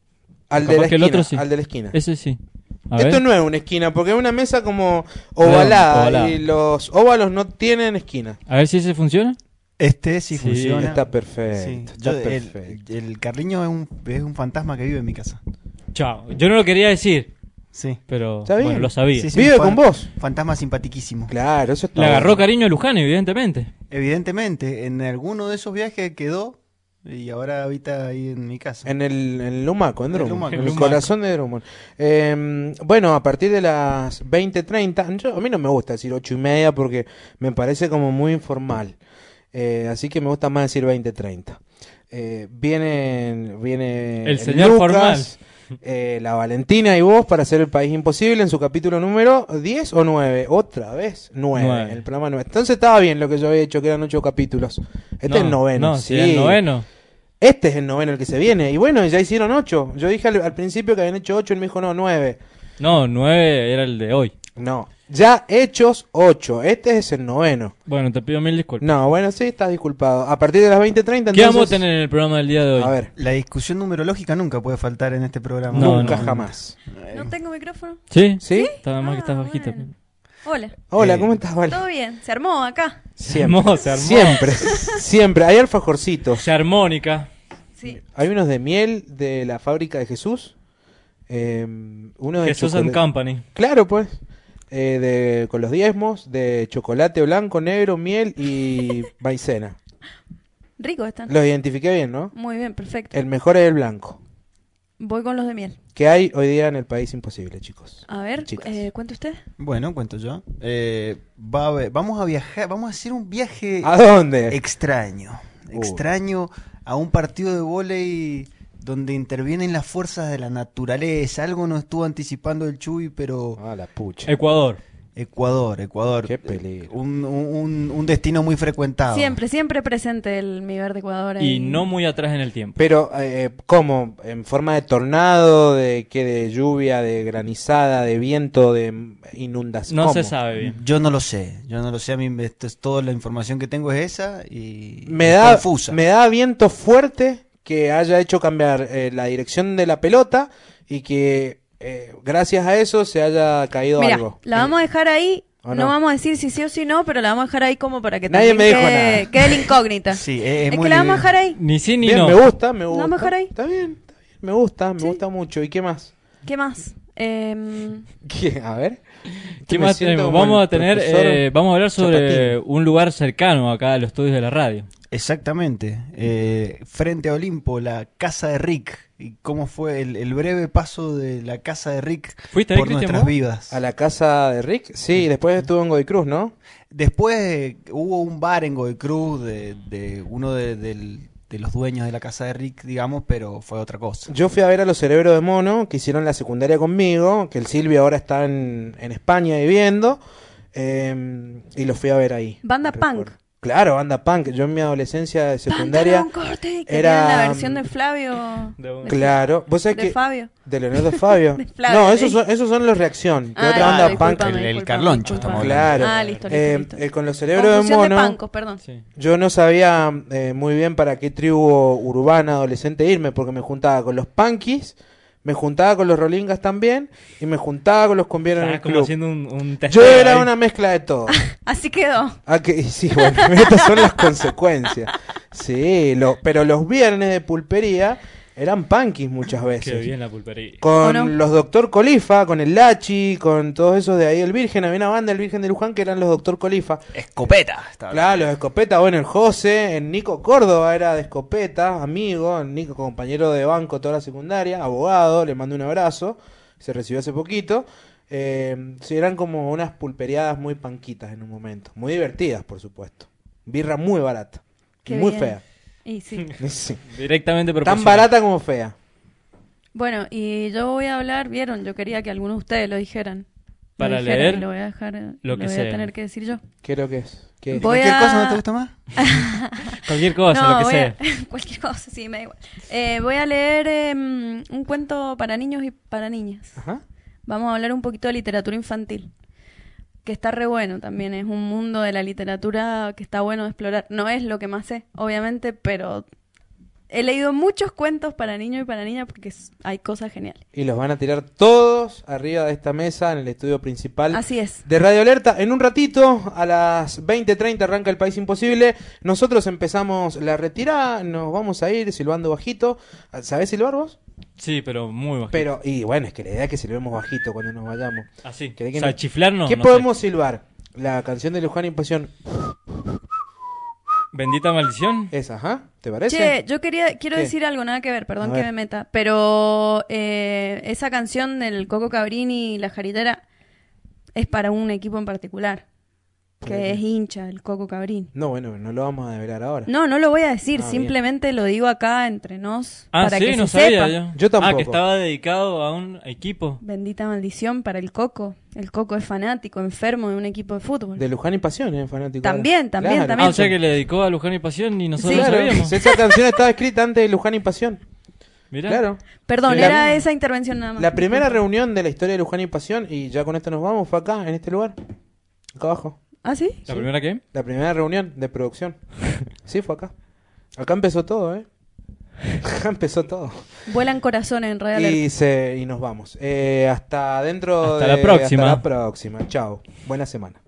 Al Capaz de la que el esquina, otro sí. al de la esquina. Ese sí. A Esto ver. no es una esquina, porque es una mesa como ovalada, Perdón, ovalada. y los óvalos no tienen esquina. A ver si ese funciona. Este sí, Sí, funciona. Está perfecto. Sí. Está Yo- el, perfecto. el Carliño es un, es un fantasma que vive en mi casa. Chao. Yo no lo quería decir, Sí. pero Está bien. bueno, lo sabía. Sí, sí, Vive un fan- con vos. Fantasma simpatiquísimo. Claro, eso está Le agarró bueno. cariño a Luján, evidentemente. Evidentemente, en alguno de esos viajes quedó y ahora habita ahí en mi casa. En el, en el Lumaco, en En el Drummond, Lumaco. en El el Lumaco. corazón de Drummond. Eh, bueno, a partir de las veinte treinta, yo, a mí no me gusta decir ocho y media porque me parece como muy informal. Eh, así que me gusta más decir veinte treinta. Eh, viene, viene El señor formal. eh, la Valentina y vos para hacer El País Imposible en su capítulo número diez o nueve. Otra vez, nueve. Nueve. El programa nueve. Entonces estaba bien lo que yo había hecho, que eran ocho capítulos. Este No, es el noveno. No, sí. sí, el noveno. Este es el noveno el que se viene. Y bueno, ya hicieron ocho. Yo dije al, al principio que habían hecho ocho. Él me dijo, no, nueve. No, nueve era el de hoy. No. Ya hechos ocho. Este es el noveno. Bueno, te pido mil disculpas. No, bueno, sí, estás disculpado. A partir de las veinte treinta, ¿Qué entonces... vamos a tener en el programa del día de hoy? A ver, La discusión numerológica nunca puede faltar en este programa. No, nunca no, jamás. ¿No tengo micrófono? ¿Sí? ¿Sí? Estaba más que estás Ah, bajita. bueno. Hola. Hola, Eh, ¿cómo estás, Val? ¿Todo bien? ¿Se armó acá? Siempre, armó, se armó. siempre, siempre. Hay alfajorcitos. Se armónica. Sí. Hay unos de miel de la fábrica de Jesús. Eh, uno de Jesús and chocolate. Company. Claro, pues. Eh, de, con los diezmos de chocolate blanco, negro, miel y maicena. Rico están. Los identifiqué bien, ¿no? Muy bien, perfecto. El mejor es el blanco. Voy con los de miel. Que hay hoy día en el país imposible, chicos. A ver, Chicas. eh, ¿cuenta usted? Bueno, cuento yo. Eh, va a haber- vamos a viajar, vamos a hacer un viaje ¿A dónde? extraño. Uh. Extraño a un partido de vóley donde intervienen las fuerzas de la naturaleza. Algo nos estuvo anticipando el Chuy, pero... Ah, la pucha. Ecuador. Ecuador, Ecuador. Qué peligro. Un, un, un destino muy frecuentado. Siempre, siempre presente el Mi Verde Ecuador. ahí. Y no muy atrás en el tiempo. Pero, eh, ¿cómo? ¿En forma de tornado? ¿De qué? ¿De lluvia? ¿De granizada? ¿De viento? ¿De inundación? No ¿Cómo? se sabe bien. Yo no lo sé, yo no lo sé. A mí esto es toda la información que tengo es esa y Me es da, confusa. me da viento fuerte que haya hecho cambiar eh, la dirección de la pelota y que eh, gracias a eso se haya caído Mira, algo. la vamos a dejar ahí. ¿O No? no? vamos a decir si sí o si no, pero la vamos a dejar ahí como para que Nadie también me dijo quede, nada. quede la incógnita. Sí, es, Es muy que la vamos a libre. dejar ahí. Ni sí ni Bien, no. me gusta, me ¿La gusta. vamos a dejar ahí? Está bien, está bien. Me gusta, me Sí. gusta mucho. ¿Y qué más? ¿Qué más? Em, ¿Qué? A ver. ¿Qué Me más siento tenemos? como Vamos el a tener, profesor eh, vamos a hablar sobre Chapatín. un lugar cercano acá a los estudios de la radio. Exactamente. Eh, frente a Olimpo, la casa de Rick. Y cómo fue el, el breve paso de la casa de Rick ¿Fuiste ahí, por Cristian, nuestras vos? vidas. ¿A la casa de Rick? Sí, después estuvo en Godoy Cruz, ¿no? Después eh, hubo un bar en Godoy Cruz de, de uno de, del- de los dueños de la casa de Rick, digamos, pero fue otra cosa. Yo fui a ver a los Cerebros de Mono, que hicieron la secundaria conmigo, que el Silvio ahora está en, en España viviendo, eh, y los fui a ver ahí. Banda Recuerdo. punk. Claro, banda punk. Yo en mi adolescencia de secundaria... Pantalón corte, que era- era la versión de Flavio. De un- Claro, vos sabés de que... Fabio. De Leonardo Fabio. De Flavio, no, de esos ahí. son, esos son los Reacción, que Ah, otra ya, banda discúlpame, punk. El- el discúlpame, Carloncho, discúlpame. estamos Claro. Ah, listo, listo, Eh, listo. eh, con los Cerebros de Confusión Mono... pancos, perdón. Sí. Yo no sabía eh, muy bien para qué tribu urbana adolescente irme, porque me juntaba con los punkis, me juntaba con los rolingas también, y me juntaba con los cumbieros en el Estás como club. haciendo un, un Yo testeo era ahí. una mezcla de todo. Así quedó. Ah, que, sí, bueno, estas son las consecuencias. Sí, lo, pero los viernes de pulpería eran punkis muchas Qué veces. bien la pulpería. Con ¿O no? los Doctor Colifa, con el Lachi, con todos esos de ahí el Virgen. Había una banda, el Virgen de Luján, que eran los Doctor Colifa. Escopeta. estaba Claro, los Escopeta, bueno, el José, el Nico Córdoba era de Escopeta, amigo, el Nico compañero de banco toda la secundaria, abogado, le mando un abrazo, se recibió hace poquito. Eh, sí, eran como unas pulpereadas muy panquitas en un momento, muy divertidas, por supuesto. Birra muy barata, Qué muy bien. fea. Y sí. Sí. Directamente Tan proporcional. barata como fea. Bueno, y yo voy a hablar, vieron, yo quería que algunos de ustedes lo dijeran. Lo Para dijeran leer y lo voy a dejar, eh, lo lo que voy sea. a tener que decir yo. ¿Qué es lo que es? ¿Qué es? Voy ¿Cualquier a- cosa no te gusta más? Cualquier cosa, No, lo que voy sea. a- cualquier cosa, sí, me da igual. Eh, voy a leer eh, un cuento para niños y para niñas. Ajá. Vamos a hablar un poquito de literatura infantil, que está re bueno también. Es un mundo de la literatura que está bueno de explorar. No es lo que más sé, obviamente, pero he leído muchos cuentos para niños y para niñas porque es- hay cosas geniales. Y los van a tirar todos arriba de esta mesa en el estudio principal Así es. de Radio Alerta. En un ratito, a las veinte treinta arranca El País Imposible. Nosotros empezamos la retirada, nos vamos a ir silbando bajito. ¿Sabés silbar vos? Sí, pero muy bajito. Pero, y bueno, es que la idea es que silbemos bajito cuando nos vayamos. Así. ¿Querés que O sea, no- chiflar no. ¿Qué no podemos silbar? La canción de Luján y Pasión. sé. Bendita maldición. Esa, ajá. ¿Te parece? Che, yo quería, quiero ¿Qué? decir algo, nada que ver, perdón A que ver. me meta, pero eh, esa canción del Coco Cabrini y La Jaritera es para un equipo en particular, ¿Para que qué? es hincha, el Coco Cabrini. No, bueno, no lo vamos a develar ahora. No, no lo voy a decir, Ah, simplemente lo digo acá entre nos Ah, para sí, que no se sabía sepa. yo. Yo tampoco. Ah, que estaba dedicado a un equipo. Bendita maldición para el Coco. El Coco es fanático, enfermo de un equipo de fútbol. De Luján y Pasión, ¿eh? Fanático. También, también, Claro. también. Ah, o sea que le dedicó a Luján y Pasión y nosotros Sí. no Claro, sabíamos. esa canción estaba escrita antes de Luján y Pasión. Mirá. Claro. Perdón, Sí, era la- esa intervención nada más. La primera reunión de la historia de Luján y Pasión, y ya con esto nos vamos, fue acá, en este lugar. Acá abajo. ¿Ah, sí? ¿La primera qué? La primera reunión de producción. Sí, fue acá. Acá empezó todo, ¿eh? Acá empezó todo. Vuelan corazones en Radio Alerta. Y, se, y nos vamos. Eh, hasta dentro Hasta de... la próxima. Hasta la próxima. Chao. Buena semana.